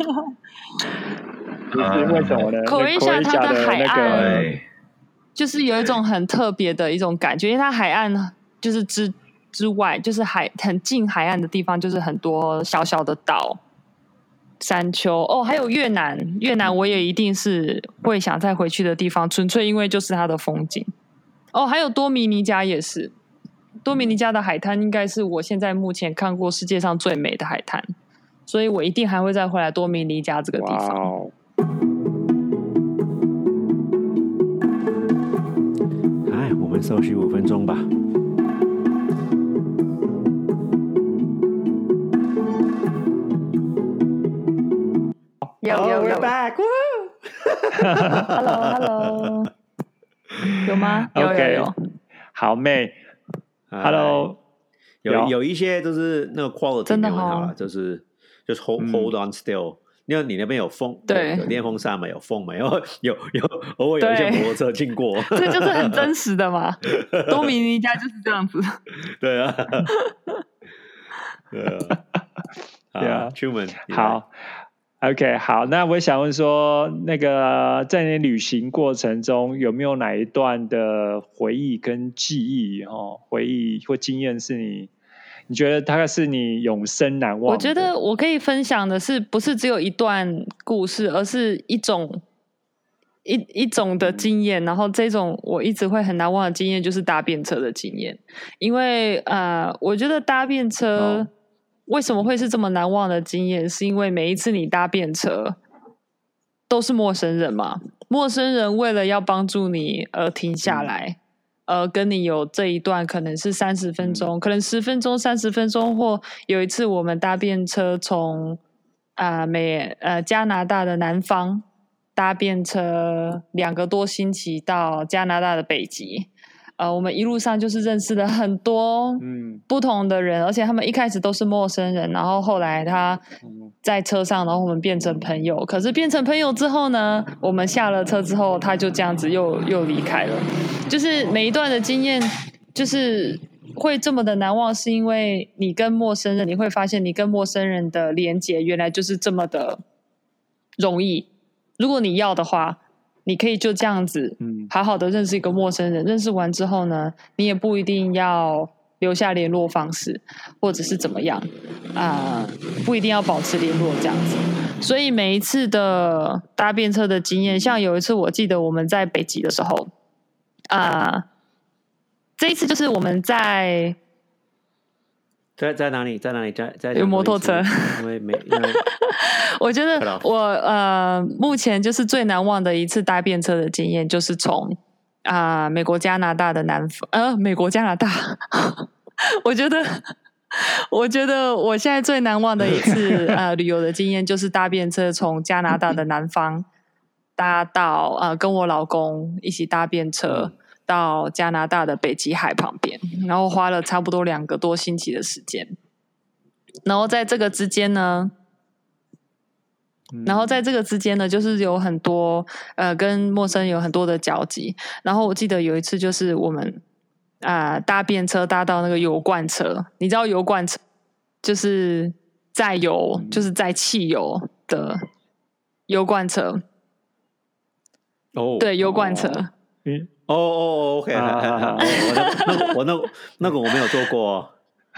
为什么呢 ？Croatia 它的海岸就是有一种很特别的一种感觉，因为它海岸就是之之外，就是海很近海岸的地方，就是很多小小的岛、山丘。哦，还有越南，越南我也一定是会想再回去的地方，纯粹因为就是它的风景。哦，还有多米尼加也是。多米尼加的海滩应该是我现在目前看过世界上最美的海滩，所以我一定还会再回来多米尼加这个地方。 Wow. 哎，我们稍息五分钟吧。 有有有 ，We're back！Hello Hello， 有吗？有有有。 好妹。Hello， 有有一些都是那个 quality 真的没很好了，就是就是 hold、嗯、hold on still。因为你那边有风， 对， 有电风扇嘛，有风嘛，然后有有偶尔有一些摩托车经过， 这就是很真实的嘛。多米尼加就是这样子。 对啊，对啊， 对啊， 出门好。OK， 好，那我想问说，那个在你旅行过程中，有没有哪一段的回忆跟记忆，哦，回忆或经验是你，你觉得大概是你永生难忘的？ 我觉得我可以分享的是，不是只有一段故事，而是一种一一种的经验。然后这种我一直会很难忘的经验，就是搭便车的经验。因为呃，我觉得搭便车。哦，为什么会是这么难忘的经验？是因为每一次你搭便车都是陌生人嘛，陌生人为了要帮助你而停下来，嗯、呃，跟你有这一段可能是三十分钟，嗯、可能十分钟、三十分钟，或有一次我们搭便车从啊、呃、美呃加拿大的南方搭便车两个多星期到加拿大的北极。呃，我们一路上就是认识了很多不同的人，嗯、而且他们一开始都是陌生人，然后后来他在车上，然后我们变成朋友。可是变成朋友之后呢，我们下了车之后，他就这样子又又离开了。就是每一段的经验，就是会这么的难忘，是因为你跟陌生人，你会发现你跟陌生人的连结原来就是这么的容易。如果你要的话。你可以就这样子好好的认识一个陌生人，认识完之后呢，你也不一定要留下联络方式或者是怎么样啊、呃，不一定要保持联络这样子。所以每一次的搭便车的经验，像有一次我记得我们在北极的时候啊、呃，这一次就是我们在在在哪里？在哪里？在在有摩托车， 因为没因为我觉得我呃，目前就是最难忘的一次搭便车的经验，就是从啊、呃、美国加拿大的南方，呃，美国加拿大，我觉得，我觉得我现在最难忘的一次呃旅游的经验，就是搭便车从加拿大的南方搭到呃跟我老公一起搭便车。嗯到加拿大的北极海旁边，然后花了差不多两个多星期的时间。然后在这个之间呢，然后在这个之间呢，就是有很多呃跟陌生人有很多的交集。然后我记得有一次就是我们啊、呃、搭便车搭到那个油罐车，你知道油罐车就是载油，就是载汽油的油罐车。 哦， 对，油罐车。 嗯哦哦 ，OK， 啊啊啊、我那个我那个那个我没有做过。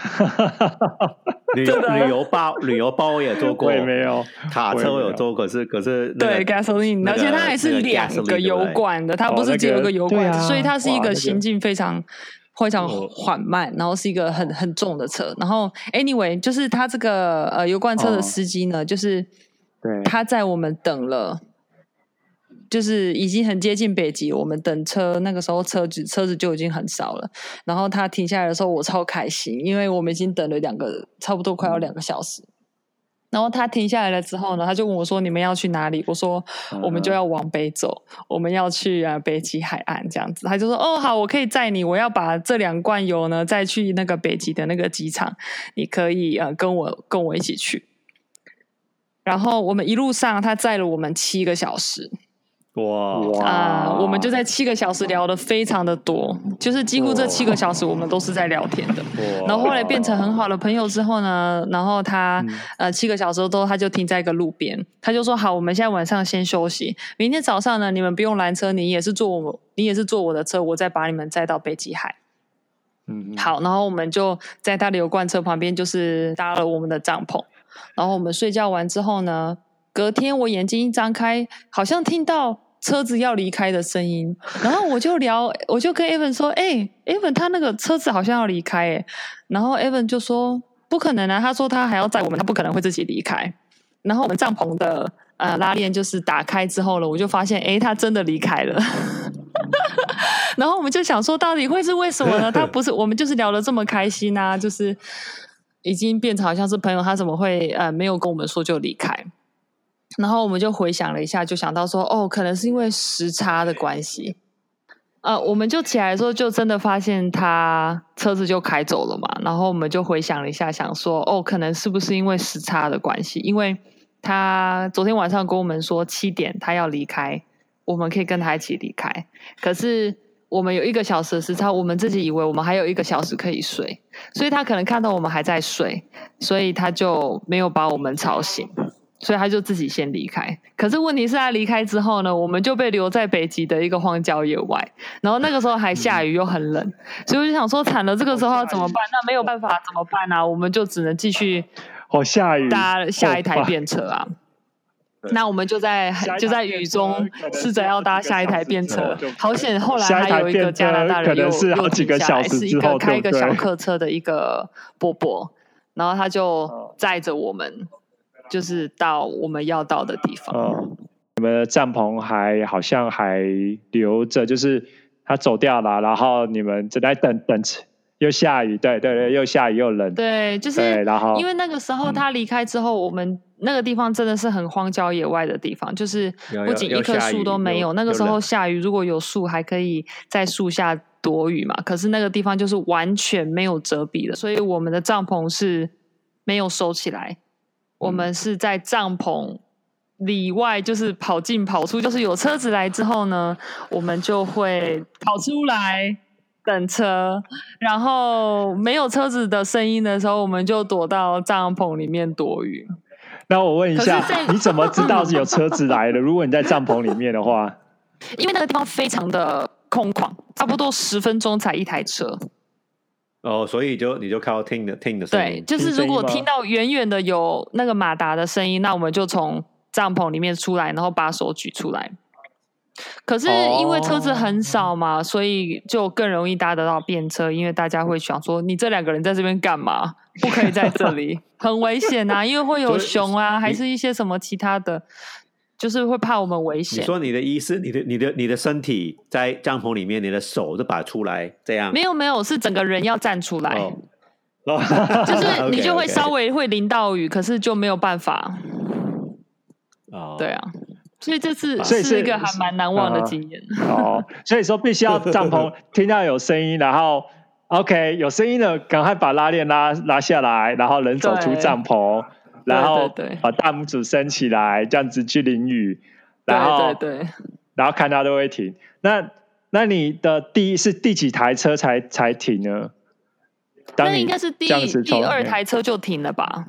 旅旅游包旅游包我也做过， 我也没有。 卡车我有做过，可是可是、那個、 对 gasoline，、那個、而且它还是两个油管的，它不是只有一个油管、哦那個啊，所以它是一个行进非常、那個、非常缓慢，然后是一个很很重的车。然后 anyway， 就是它这个呃油罐车的司机呢，哦、就是他在我们等了。就是已经很接近北极，我们等车那个时候车子车子就已经很少了。然后他停下来的时候，我超开心，因为我们已经等了两个，差不多快要两个小时。然后他停下来了之后呢，他就问我说：“你们要去哪里？”我说：“我们就要往北走，我们要去啊北极海岸这样子。”他就说：“哦，好，我可以载你，我要把这两罐油呢再去那个北极的那个机场，你可以呃跟我跟我一起去。”然后我们一路上他载了我们七个小时。 哇啊、呃！我们就在七个小时聊得非常的多，就是几乎这七个小时我们都是在聊天的。然后后来变成很好的朋友之后呢，然后他、嗯、呃七个小时都他就停在一个路边，他就说好，我们现在晚上先休息，明天早上呢你们不用拦车，你也是坐我你也是坐我的车，我再把你们载到北极海。嗯，好，然后我们就在他的油罐车旁边就是搭了我们的帐篷，然后我们睡觉完之后呢，隔天我眼睛一张开，好像听到车子要离开的声音，然后我就聊，我就跟 Evan 说：“哎、欸、，Evan 他那个车子好像要离开哎。”然后 Evan 就说：“不可能啊，他说他还要载我们，他不可能会自己离开。”然后我们帐篷的呃拉链就是打开之后了，我就发现哎、欸，他真的离开了。然后我们就想说，到底会是为什么呢？他不是我们就是聊得这么开心啊，就是已经变成好像是朋友，他怎么会呃没有跟我们说就离开？然后我们就回想了一下，就想到说，哦，可能是因为时差的关系。呃，我们就起来的时候，就真的发现他车子就开走了嘛。然后我们就回想了一下，想说，哦，可能是不是因为时差的关系？因为他昨天晚上跟我们说七点他要离开，我们可以跟他一起离开。可是我们有一个小时的时差，我们自己以为我们还有一个小时可以睡，所以他可能看到我们还在睡，所以他就没有把我们吵醒。所以他就自己先离开，可是问题是他离开之后呢，我们就被留在北极的一个荒郊野外，然后那个时候还下雨又很冷，所以我就想说惨了，这个时候要怎么办？那没有办法怎么办啊？我们就只能继续哦下雨搭下一台便车啊。那我们就在就在雨中试着要搭下一台便车，好险！后来还有一个加拿大人又又停下来，是一个开一个小客车的一个伯伯，然后他就载着我们。就是到我们要到的地方。 哦，你们的帐篷还好像还留着，就是他走掉了，然后你们正在等等，又下雨，对对对，又下雨又冷。 对，就是然后因为那个时候他离开之后，嗯、我们那个地方真的是很荒郊野外的地方，就是不仅一棵树都没有。那个时候下雨，如果有树还可以在树下躲雨嘛，可是那个地方就是完全没有遮蔽的，所以我们的帐篷是没有收起来。我们是在帐篷里外，就是跑进跑出，就是有车子来之后呢，我们就会跑出来等车，然后没有车子的声音的时候，我们就躲到帐篷里面躲雨。 那我问一下，你怎么知道有车子来了？如果你在帐篷里面的话， 因为那个地方非常的空旷，差不多十分钟才一台车。 哦，所以就你就靠听的听的声音， 对，就是如果听到远远的有那个马达的声音，那我们就从帐篷里面出来，然后把手举出来。可是因为车子很少嘛，哦、所以就更容易搭得到便车，因为大家会想说，你这两个人在这边干嘛？不可以在这里，很危险啊！因为会有熊啊，还是一些什么其他的。就是会怕我们危险。 你说你的意思，你的、你的、你的身体在帐篷里面，你的手就把它出来，这样？ 没有没有，是整个人要站出来。哦，就是你就会稍微会淋到雨，可是就没有办法。哦，对啊，所以这次是一个还蛮难忘的经验。 哦，所以说必须要帐篷听到有声音，然后 OK 有声音了，赶快把拉链拉拉下来，然后人走出帐篷。然后把大拇指伸起来，这样子去淋雨，然后对对对， 然后看到都会停。那那你的第一是第几台车才才停呢？ 那应该是第第二台车就停了吧？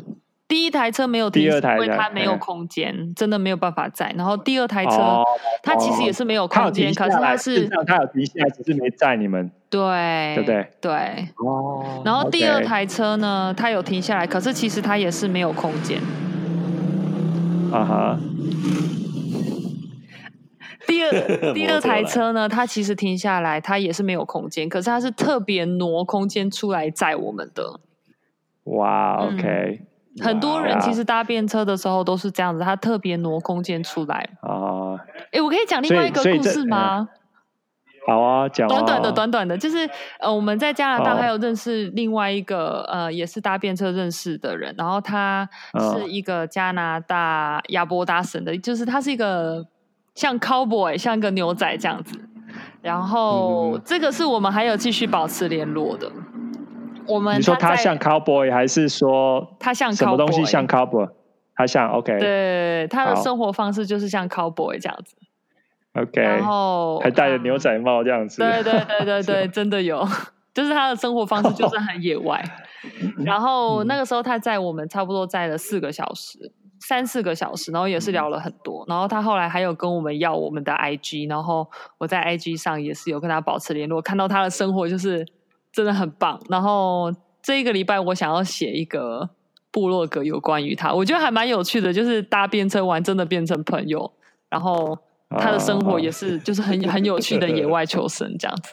第一台车没有停，因为它没有空间，真的没有办法载。然后第二台车，哦、它其实也是没有空间，可是它是它有停下来，只是没载你们， 对， 对不对？ 对。哦。然后第二台车呢，它有停下来，可是其实它也是没有空间。啊哈。第二第二台车呢，它其实停下来，它也是没有空间，可是它是特别挪空间出来载我们的。 哇 ，OK，、 嗯、很多人其实搭便车的时候都是这样子，他特别挪空间出来。 哦， 哎，我可以讲另外一个故事吗？ 好啊，讲啊。 短短的，短短的，就是呃，我们在加拿大还有认识另外一个、哦、呃，也是搭便车认识的人，然后他是一个加拿大亚伯达省的，就是他是一个像 cowboy， 像一个牛仔这样子。然后、嗯、这个是我们还有继续保持联络的。我们你说他像 cowboy 还是说他像 cowboy， 什么东西像 cowboy？ 他像 OK， 对，他的生活方式就是像 cowboy 这样子。 OK， 然后还戴着牛仔帽这样子。 对对对对对，真的有，就是他的生活方式就是很野外。然后那个时候他载我们差不多载了四个小时，三四个小时，然后也是聊了很多。然后他后来还有跟我们要我们的 I G， 然后我在 I G 上也是有跟他保持联络，看到他的生活就是真的很棒。然后这一个礼拜我想要写一个部落格有关于他，我觉得还蛮有趣的，就是搭便车玩真的变成朋友，然后他的生活也是就是很很有趣的野外求生这样子。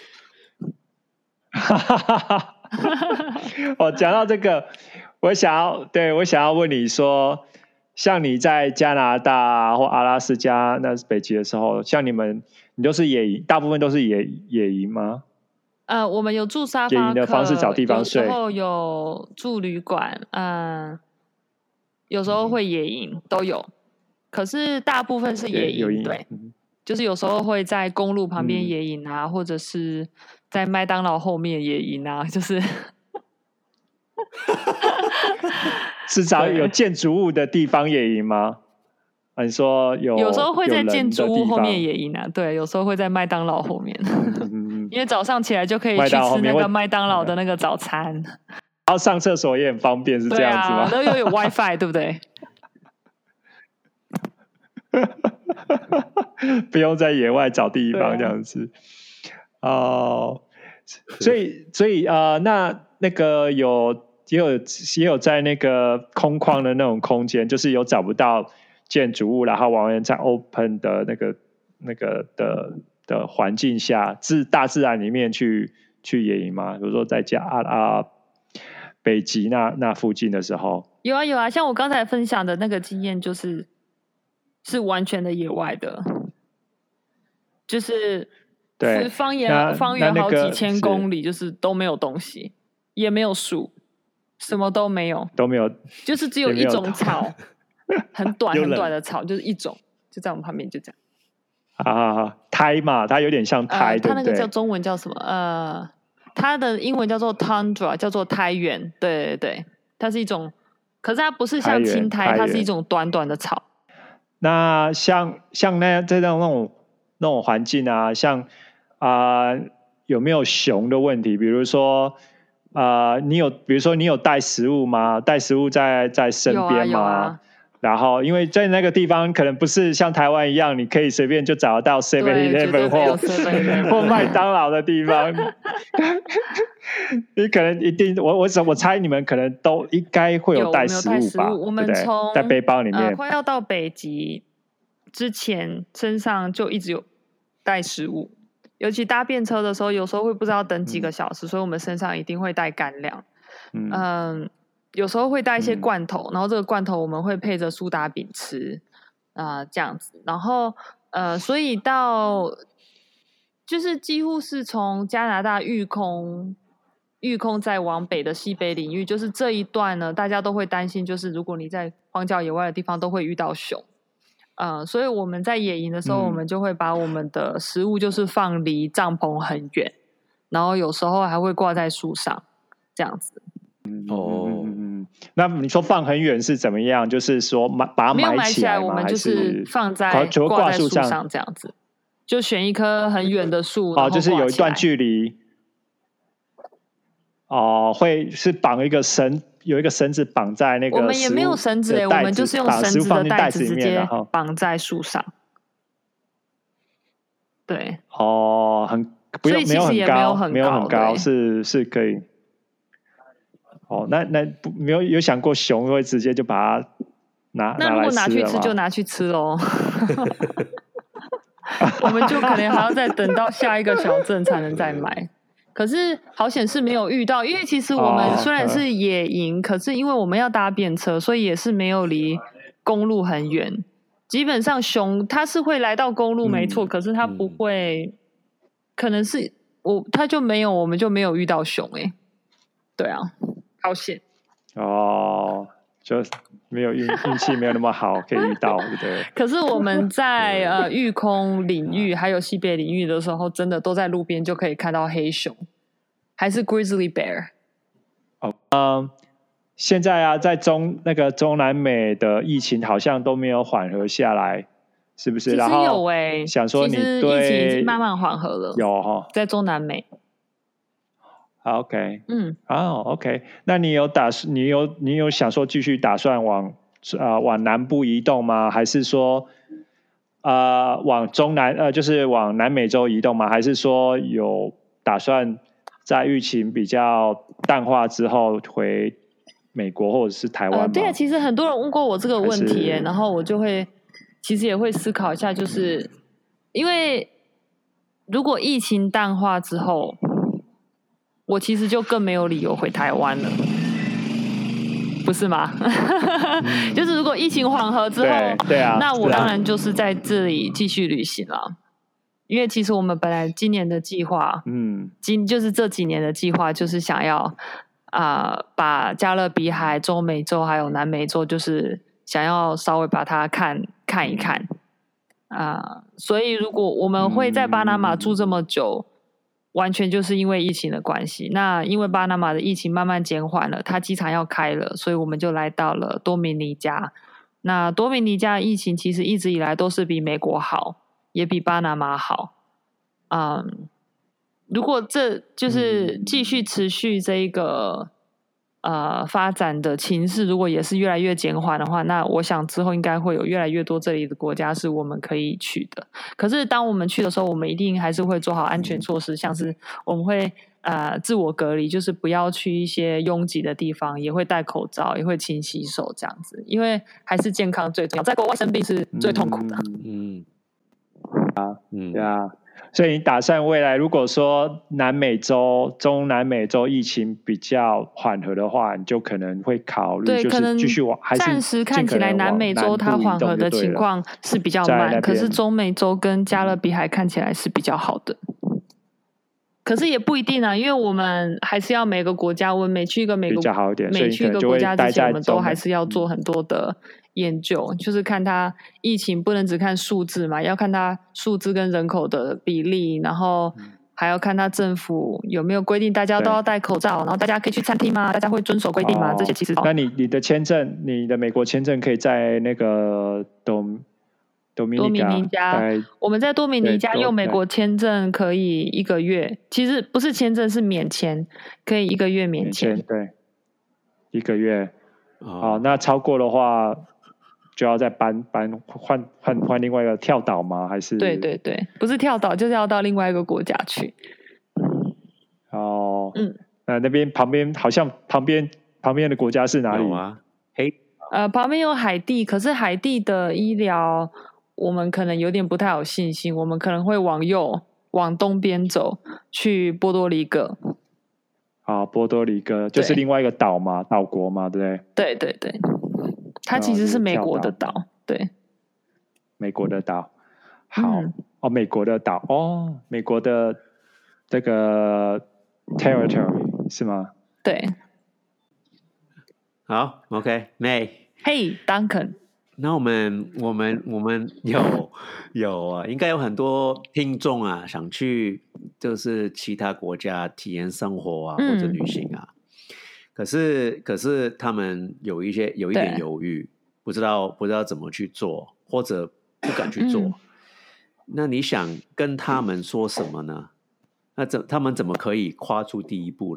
我讲到这个，我想要对我想要问你说，像你在加拿大或阿拉斯加那是北极的时候，像你们你都是野营，大部分都是野野营吗？ 呃，我们有住沙发客， 野营的方式找地方睡， 有时候有住旅馆，嗯、呃，有时候会野营、嗯、都有。可是大部分是野营，对、嗯，就是有时候会在公路旁边野营啊、嗯，或者是在麦当劳后面野营啊，就是是找有建筑物的地方野营吗？你说有， 有时候会在建筑物后面野营啊，对，有时候会在麦当劳后面，嗯、因为早上起来就可以去吃那个麦当劳的那个早餐，然后上厕所也很方便，是这样子吗？ 对啊，然后又有 WiFi， 对不对？ 不用在野外找地方这样子哦、呃，所以所以呃，那那个有也有也有在那个空旷的那种空间，就是有找不到建筑物，然后往往在 open 的那个那个的的环境下，自大自然里面去去野营吗？比如说在家啊啊北极那那附近的时候， 有啊有啊，像我刚才分享的那个经验就是。是完全的野外的，就是对方圆方圆好几千公里，就是都没有东西，也没有树，什么都没有， 都没有， 就是只有一种草，很短很短的草，就是一种，就在我们旁边，就这样。 啊，苔嘛，它有点像苔， 呃、 对不对？ 它那个叫中文叫什么？呃，它的英文叫做 tundra， 叫做苔原。对对对，它是一种，可是它不是像青苔，它是一种短短的草。 那像像那这种那种那种环境啊，像啊、呃、有没有熊的问题？比如说啊、呃，你有比如说你有带食物吗？带食物在在身边吗？ 有啊有啊。 然后因为在那个地方可能不是像台湾一样，你可以随便就找得到 seven eleven 或或麦当劳的地方。你可能一定，我我我猜你们可能都应该会有带食物吧？ 我们从在背包里面， 呃，快要到北极之前，身上就一直有带食物。尤其搭便车的时候，有时候会不知道等几个小时，嗯、所以我们身上一定会带干粮。嗯。呃有时候会带一些罐头、嗯、然后这个罐头我们会配着苏打饼吃啊、呃，这样子。然后呃，所以到就是几乎是从加拿大育空育空再往北的西北领域，就是这一段呢，大家都会担心，就是如果你在荒郊野外的地方都会遇到熊。呃，所以我们在野营的时候、嗯、我们就会把我们的食物就是放离帐篷很远，然后有时候还会挂在树上这样子。 哦，嗯，那你说放很远是怎么样？就是说把它埋起来吗？ 我们就是放在挂在树上这样子，就选一棵很远的树， 哦，就是有一段距离。哦，会是绑一个绳有一个绳子绑在那个， 我们也没有绳子诶，我们就是用绳子的带子直接绑在树上。对， 哦，很不用，没有很高，没有很高，是是可以。哦，那那没有有想过熊会直接就把它拿那如果拿去吃就拿去吃咯。我们就可能还要再等到下一个小镇才能再买。可是好险是没有遇到，因为其实我们虽然是野营，哦、可是因为我们要搭便车，所以也是没有离公路很远。基本上熊它是会来到公路没错、嗯，可是它不会，嗯、可能是我它就没有，我们就没有遇到熊哎、欸。对啊，好险哦，就没有运运气没有那么好可以遇到，对不对？ 可是我们在呃育空领域还有西北领域的时候，真的都在路边就可以看到黑熊，还是 grizzly bear。 哦，嗯。现在啊，在中那个中南美的疫情好像都没有缓和下来，是不是？ 其实有哎、 欸，想说你对疫情已经慢慢缓和了， 有哈， 在中南美。 OK， 嗯， 哦 ，OK， 那你有打你有你有想说继续打算往呃往南部移动吗？还是说呃往中南呃就是往南美洲移动吗？还是说有打算在疫情比较淡化之后回美国或者是台湾吗？ 呃，对啊，其实很多人问过我这个问题耶，然后我就会其实也会思考一下，就是因为如果疫情淡化之后，我其实就更没有理由回台湾了，不是吗？嗯、就是如果疫情缓和之后， 对, 对啊， 那我当然就是在这里继续旅行了。因为其实我们本来今年的计划，嗯，今就是这几年的计划，就是想要。啊、呃，把加勒比海、中美洲还有南美洲，就是想要稍微把它看看一看啊、呃。所以，如果我们会在巴拿马住这么久，嗯、完全就是因为疫情的关系。那因为巴拿马的疫情慢慢减缓了，它机场要开了，所以我们就来到了多米尼加。那多米尼加的疫情其实一直以来都是比美国好，也比巴拿马好。嗯。如果这就是继续持续这一个、嗯、呃发展的情势，如果也是越来越减缓的话，那我想之后应该会有越来越多这里的国家是我们可以去的。可是当我们去的时候，我们一定还是会做好安全措施，像是我们会呃自我隔离，就是不要去一些拥挤的地方，也会戴口罩，也会勤洗手这样子，因为还是健康最重要，在国外生病是最痛苦的。 嗯，啊，嗯，对啊。所以你打算未来如果说南美洲、中南美洲疫情比较缓和的话，你就可能会考虑就是继续往，还是暂时看起来南美洲它缓和的情况是比较慢，可是中美洲跟加勒比海看起来是比较好的。可是也不一定啊，因为我们还是要每个国家，我们每去一个美国比较好一点， 每去一个国家之前，我们都还是要做很多的研究，嗯、就是看它疫情不能只看数字嘛，要看它数字跟人口的比例，然后还要看它政府有没有规定大家都要戴口罩，然后大家可以去餐厅吗？大家会遵守规定吗？哦、这些其实那你你的签证，你的美国签证可以在那个东。多米尼加， 我们在多米尼加用美国签证可以一个月，其实不是签证是免签，可以一个月免签。 免签对，一个月。哦，那超过的话就要再搬搬换换换另外一个跳岛吗？还是？ 对对对，不是跳岛，就是要到另外一个国家去。 哦，嗯，呃，那边旁边好像旁边旁边的国家是哪里啊？嘿， 呃，旁边有海地，可是海地的医疗。我们可能有点不太有信心，我们可能会往右往东边走去波多黎各。 啊，波多黎各就是另外一个岛嘛，岛国嘛，对不对？ 对对对，它其实是美国的岛，对， 美国的岛。好、嗯、哦，美国的岛哦，美国的这个 territory 是吗？ 对。 好 ，OK， May。 Hey Duncan。 那我们我们我们有有啊，应该有很多听众啊，想去就是其他国家体验生活啊，或者旅行啊。嗯、可是可是他们有一些有一点犹豫，不知道不知道怎么去做，或者不敢去做。嗯、那你想跟他们说什么呢？那怎他们怎么可以跨出第一步呢？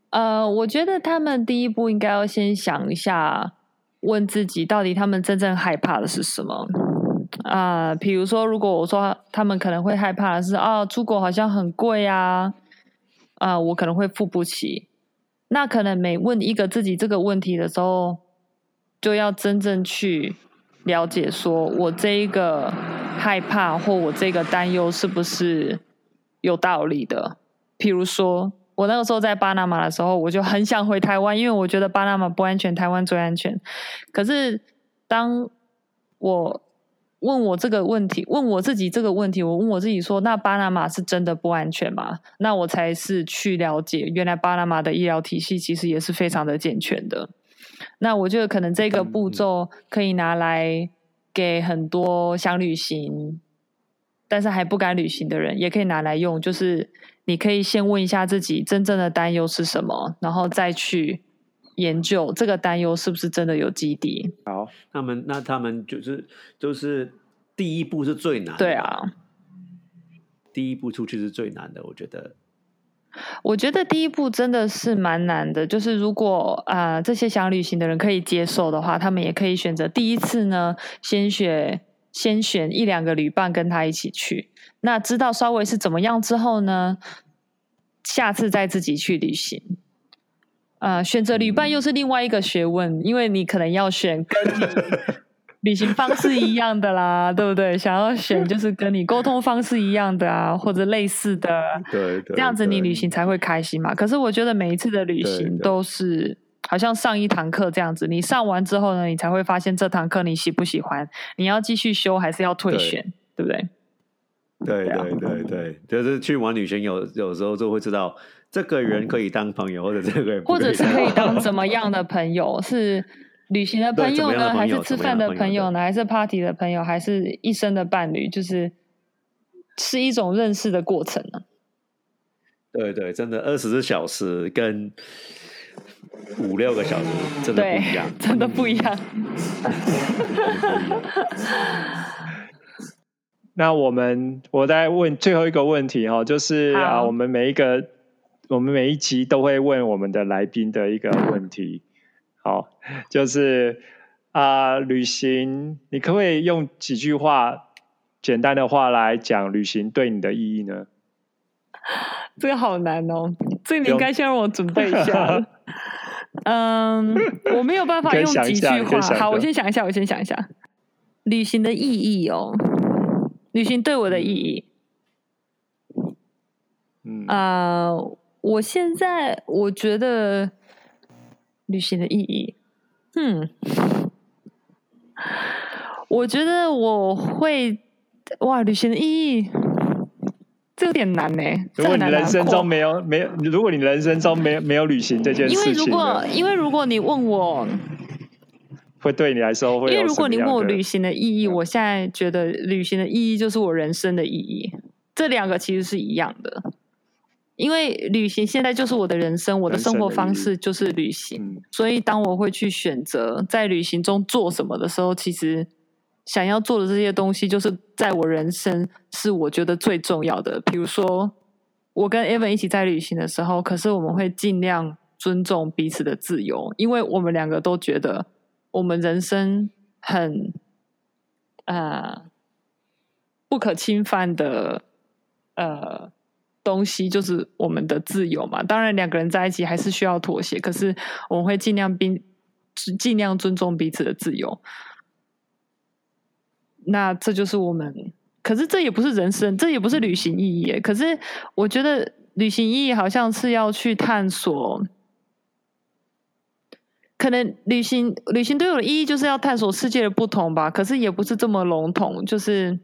呃，我觉得他们第一步应该要先想一下，问自己到底他们真正害怕的是什么啊、呃？比如说，如果我说他们可能会害怕的是啊，出国好像很贵啊，啊、呃，我可能会付不起。那可能每问一个自己这个问题的时候，就要真正去了解，说我这一个害怕或我这个担忧是不是有道理的。譬如说我那个时候在巴拿马的时候，我就很想回台湾，因为我觉得巴拿马不安全，台湾最安全。可是当我问我这个问题，问我自己这个问题，我问我自己说，那巴拿马是真的不安全吗？那我才是去了解，原来巴拿马的医疗体系其实也是非常的健全的。那我觉得可能这个步骤可以拿来给很多想旅行但是还不敢旅行的人也可以拿来用，就是你可以先问一下自己真正的担忧是什么，然后再去研究这个担忧是不是真的有基底。 好， 他们那他们就是就是第一步是最难的。 对啊， 第一步出去是最难的，我觉得。 我觉得第一步真的是蛮难的，就是如果啊、呃、这些想旅行的人可以接受的话，他们也可以选择第一次呢先选先选一两个旅伴跟他一起去，那知道稍微是怎么样之后呢，下次再自己去旅行。呃，选择旅伴又是另外一个学问，因为你可能要选跟你旅行方式一样的啦，对不对？想要选就是跟你沟通方式一样的啊，或者类似的， 对对， 这样子你旅行才会开心嘛。可是我觉得每一次的旅行都是好像上一堂课这样子，你上完之后呢，你才会发现这堂课你喜不喜欢，你要继续修还是要退选， 对, 对不对？ 对对对对，就是去玩旅行有有时候就会知道这个人可以当朋友，或者这个人或者是可以当怎么样的朋友，是旅行的朋友呢，还是吃饭的朋友呢，还是 party 的朋友，还是一生的伴侣，就是是一种认识的过程呢。 对对，真的二十四小时跟五六个小时真的不一样， 真的不一样。 那我们我再问最后一个问题哈，就是啊，我们每一个我们每一集都会问我们的来宾的一个问题，好，就是啊、呃，旅行你可不可以用几句话简单的话来讲旅行对你的意义呢？ 这个好难哦，这个你应该先让我准备一下。嗯，我没有办法用几句话。好，我先想一下，我先想一下。旅行的意义哦，旅行对我的意义。嗯啊、呃，我现在我觉得旅行的意义，嗯，我觉得我会哇，旅行的意义。这有点难呢、欸。 如果你人生中没有没有，如果你人生中没有没有旅行这件事情， 因为如果因为如果你问我， 会对你来说会有什么样的， 因为如果你问我旅行的意义，我现在觉得旅行的意义就是我人生的意义，这两个其实是一样的。因为旅行现在就是我的人生，我的生活方式就是旅行，嗯、所以当我会去选择在旅行中做什么的时候，其实。想要做的这些东西，就是在我人生是我觉得最重要的。比如说，我跟 Evan 一起在旅行的时候，可是我们会尽量尊重彼此的自由，因为我们两个都觉得我们人生很呃不可侵犯的呃东西，就是我们的自由嘛。当然，两个人在一起还是需要妥协，可是我们会尽量并尽量尊重彼此的自由。那这就是我们，可是这也不是人生，这也不是旅行意义耶。可是我觉得旅行意义好像是要去探索，可能旅行旅行对我的意义就是要探索世界的不同吧。可是也不是这么笼统，就是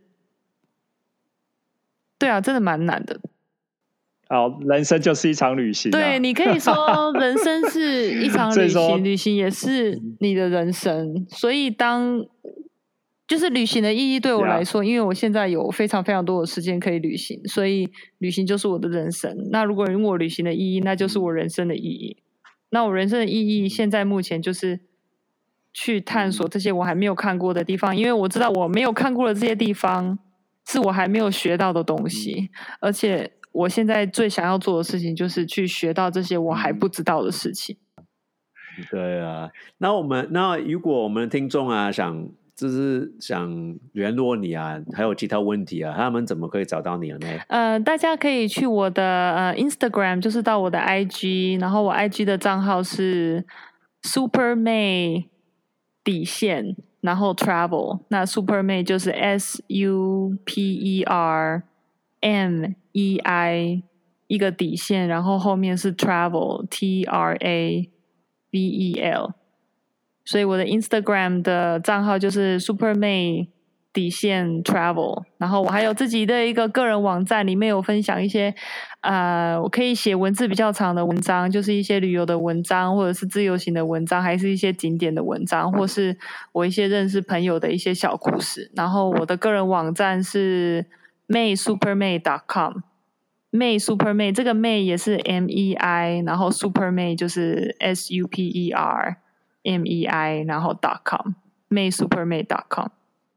对啊，真的蛮难的。 哦，人生就是一场旅行、啊。 对，你可以说人生是一场旅行，旅行也是你的人生。所以当就是旅行的意义对我来说， yeah. 因为我现在有非常非常多的时间可以旅行，所以旅行就是我的人生。那如果问我旅行的意义，那就是我人生的意义。那我人生的意义现在目前就是去探索这些我还没有看过的地方，因为我知道我没有看过的这些地方是我还没有学到的东西，而且我现在最想要做的事情就是去学到这些我还不知道的事情。 对啊，那我们那如果我们的听众啊想就是想联络你啊，还有其他问题啊，他们怎么可以找到你呢？ 呃，大家可以去我的呃 Instagram， 就是到我的 I G， 然后我 I G 的账号是 Super May 底线，然后 Travel， 那 Super May 就是 S U P E R M E I 一个底线，然后后面是 Travel T R A V E L， 所以我的 Instagram 的账号就是 Super May 底线 Travel， 然后我还有自己的一个个人网站，里面有分享一些呃，我可以写文字比较长的文章，就是一些旅游的文章，或者是自由行的文章，还是一些景点的文章，或是我一些认识朋友的一些小故事。然后我的个人网站是 may super may dot com， May Super May 这个 May 也是 M E I， 然后 Super May 就是 S U P E R M E I， 然后 .com may super may dot com。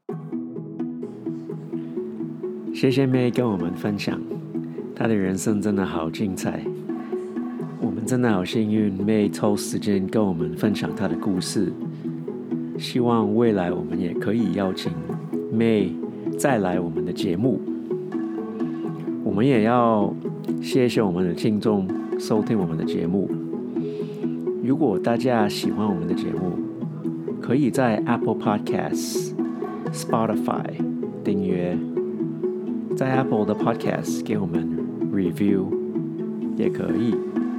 谢谢 May 跟我们分享，她的人生真的好精彩，我们真的好幸运 May 抽时间跟我们分享她的故事，希望未来我们也可以邀请 May 再来我们的节目。我们也要谢谢我们的听众收听我们的节目。如果大家喜欢我们的节目，可以在 Apple Podcasts、Spotify 订阅，在 Apple 的 Podcast 给我们 review 也可以。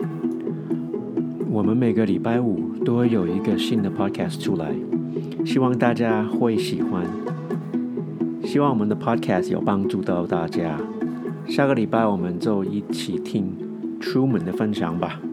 我们每个礼拜五都会有一个新的 Podcast 出来，希望大家会喜欢，希望我们的 Podcast 有帮助到大家。下个礼拜我们就一起听 Truman 的分享吧。